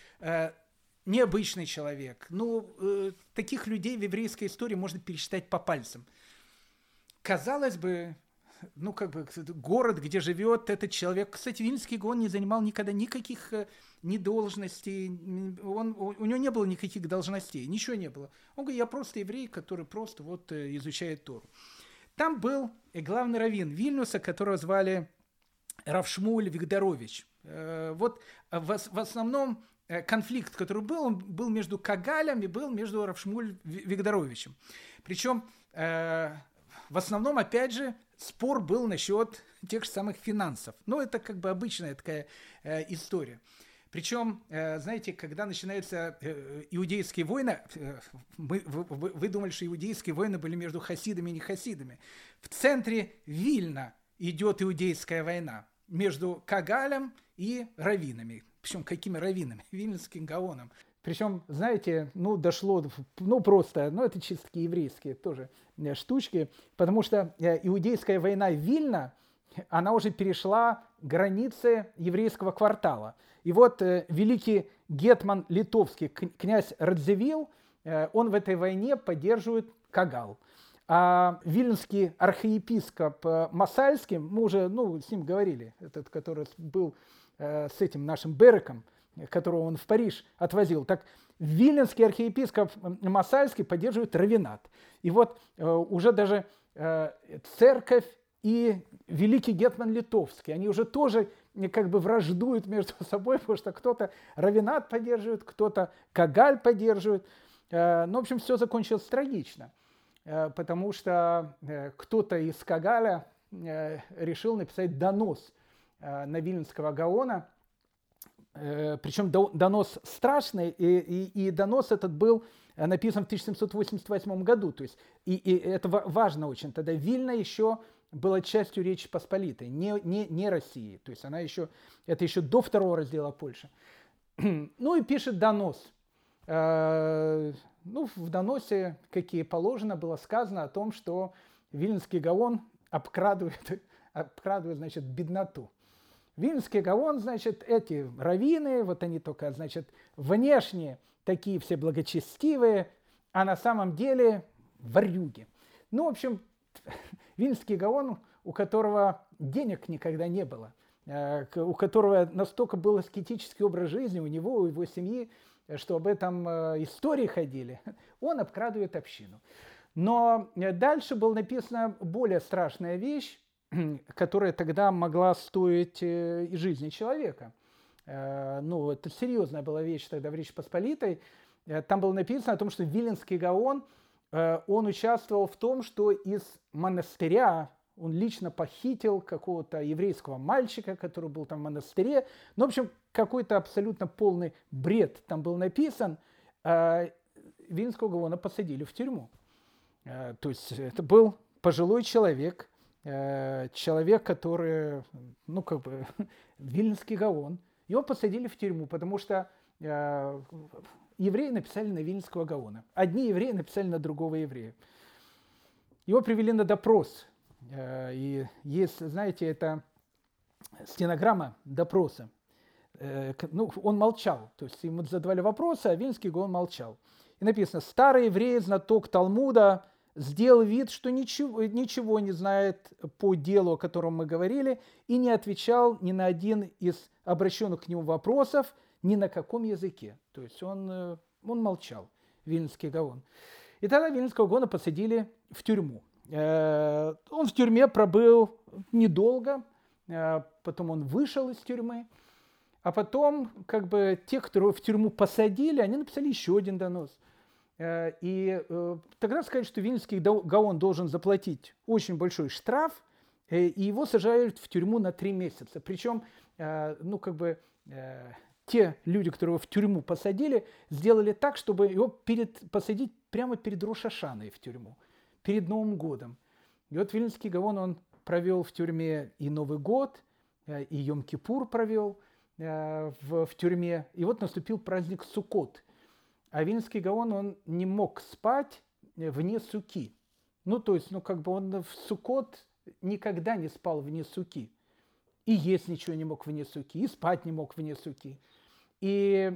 Необычный человек. Ну, таких людей в еврейской истории можно пересчитать по пальцам. Казалось бы, ну, как бы, город, где живет этот человек. Кстати, Вильнский Гаон не занимал никогда никаких ни должностей, у него не было никаких должностей, ничего не было. Он говорит, я просто еврей, который просто вот изучает Тору. Там был главный раввин Вильнюса, которого звали Рав Шмуль Вигдарович. Вот в основном конфликт, который был, он был между Кагалем и был между Рав Шмуль Вигдаровичем. Причем в основном, опять же, спор был насчет тех же самых финансов. Ну, это как бы обычная такая история. Причем, знаете, когда начинаются иудейские войны, вы думали, что иудейские войны были между хасидами и нехасидами. В центре Вильна идет иудейская война между Кагалем и раввинами. Причем какими раввинами? Вильнским Гаоном. Причем, знаете, ну, дошло, ну, просто, ну, это чисто еврейские тоже штучки, потому что иудейская война Вильна, она уже перешла границы еврейского квартала. И вот великий гетман литовский, князь Радзивилл, он в этой войне поддерживает Кагал. А вильнский архиепископ Масальский, мы уже, ну, с ним говорили, этот, который был с этим нашим Береком, которого он в Париж отвозил. Так виленский архиепископ Масальский поддерживает раввинат. И вот уже даже церковь и великий гетман литовский, они уже тоже как бы враждуют между собой, потому что кто-то раввинат поддерживает, кто-то Кагаль поддерживает. Ну, в общем, все закончилось трагично, потому что кто-то из Кагаля решил написать донос на Виленского Гаона. Причем донос страшный, и донос этот был написан в 1788 году. То есть, и это важно очень. Тогда Вильна еще была частью Речи Посполитой, не России. То есть она еще, это еще до второго раздела Польши. Ну и пишет донос. Ну, в доносе, как и положено, было сказано о том, что Виленский Гаон обкрадывает, значит, бедноту. Вильнский Гаон, значит, эти раввины, вот они только, значит, внешне такие все благочестивые, а на самом деле ворюги. Ну, в общем, Вильнский Гаон, у которого денег никогда не было, у которого настолько был аскетический образ жизни, у него, у его семьи, что об этом истории ходили, он обкрадывает общину. Но дальше была написана более страшная вещь, которая тогда могла стоить и жизни человека. Ну, это серьезная была вещь тогда в Речи Посполитой. Там было написано о том, что Виленский Гаон, он участвовал в том, что из монастыря он лично похитил какого-то еврейского мальчика, который был там в монастыре. Ну, в общем, какой-то абсолютно полный бред там был написан. Виленского Гаона посадили в тюрьму. То есть это был пожилой человек, который, ну, как бы, Виленский Гаон. Его посадили в тюрьму, потому что евреи написали на Виленского Гаона. Одни евреи написали на другого еврея. Его привели на допрос. И есть, знаете, это стенограмма допроса. Ну, он молчал. То есть ему задавали вопросы, а Виленский Гаон молчал. И написано: старый еврей, знаток Талмуда, сделал вид, что ничего не знает по делу, о котором мы говорили, и не отвечал ни на один из обращенных к нему вопросов, ни на каком языке. То есть он молчал, Виленский Гаон. И тогда Виленского Гаона посадили в тюрьму. Он в тюрьме пробыл недолго, потом он вышел из тюрьмы, а потом как бы те, кто в тюрьму посадили, они написали еще один донос. И тогда сказали, что Виленский Гаон должен заплатить очень большой штраф, и его сажают в тюрьму на 3 месяца. Причем, ну, как бы, те люди, которые его в тюрьму посадили, сделали так, чтобы его посадить прямо перед Рош ха-Шаной в тюрьму, перед Новым годом. И вот Виленский Гаон, он провел в тюрьме и Новый год, и Йом-Кипур провел в тюрьме. И вот наступил праздник Суккот. А Виленский Гаон, он не мог спать вне суки. Ну, то есть, ну, как бы он в Суккот никогда не спал вне суки. И есть ничего не мог вне суки, и спать не мог вне суки. И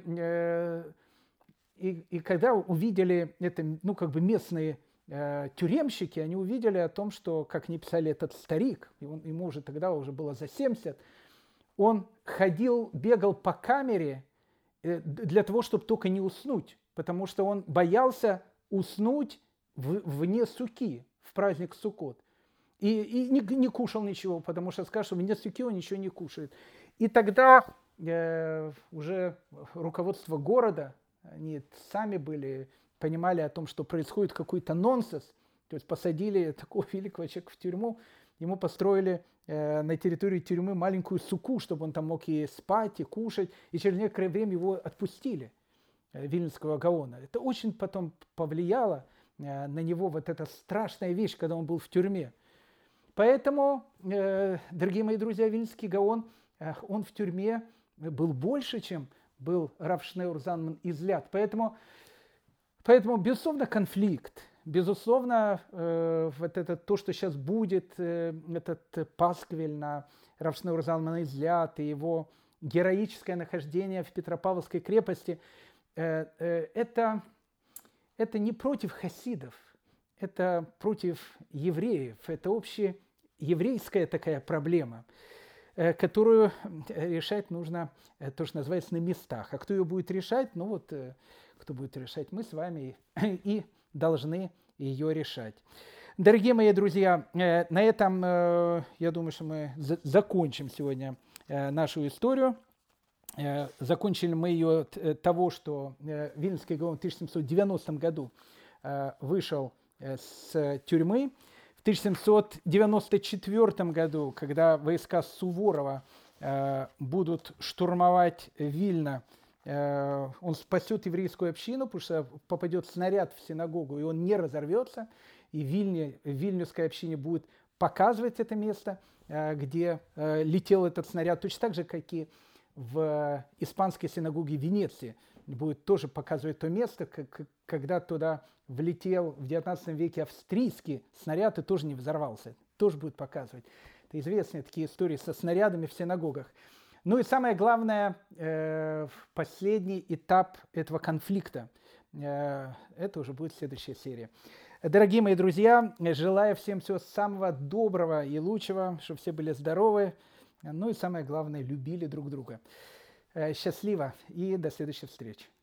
когда увидели это, ну, как бы местные тюремщики, они увидели о том, что, как не писали, этот старик, ему уже тогда уже было за 70, он ходил, бегал по камере для того, чтобы только не уснуть, потому что он боялся уснуть вне суки в праздник Суккот. И не кушал ничего, потому что скажут, что вне суки он ничего не кушает. И тогда уже руководство города, они сами понимали о том, что происходит какой-то нонсенс. То есть посадили такого великого человека в тюрьму, ему построили на территории тюрьмы маленькую суку, чтобы он там мог и спать, и кушать. И через некоторое время его отпустили, Виленского Гаона. Это очень потом повлияло на него, вот эта страшная вещь, когда он был в тюрьме. Поэтому, дорогие мои друзья, Виленский Гаон, он в тюрьме был больше, чем был Рав Шнeur Залман из Ляд. Поэтому, безусловно, конфликт, безусловно, вот это то, что сейчас будет, этот пасквиль на Рав Шнeur Залмана из Ляд и его героическое нахождение в Петропавловской крепости, это не против хасидов, это против евреев, это общееврейская такая проблема, которую решать нужно, то, что называется, на местах. А кто ее будет решать? Ну вот, кто будет решать? Мы с вами и должны ее решать. Дорогие мои друзья, на этом, я думаю, что мы закончим сегодня нашу историю. Закончили мы ее от того, что Виленский Гаон в 1790 году вышел с тюрьмы. В 1794 году, когда войска Суворова будут штурмовать Вильно, он спасет еврейскую общину, потому что попадет снаряд в синагогу, и он не разорвется, и вильнюсской общине будет показывать это место, где летел этот снаряд, точно так же, как и в испанской синагоге Венеции. Будет тоже показывать то место, когда туда влетел в XIX веке австрийский снаряд и тоже не взорвался. Тоже будет показывать. Это известные такие истории со снарядами в синагогах. Ну и самое главное, последний этап этого конфликта. Это уже будет следующая серия. Дорогие мои друзья, желаю всем всего самого доброго и лучшего, чтобы все были здоровы. Ну и самое главное, любили друг друга. Счастливо и до следующей встречи.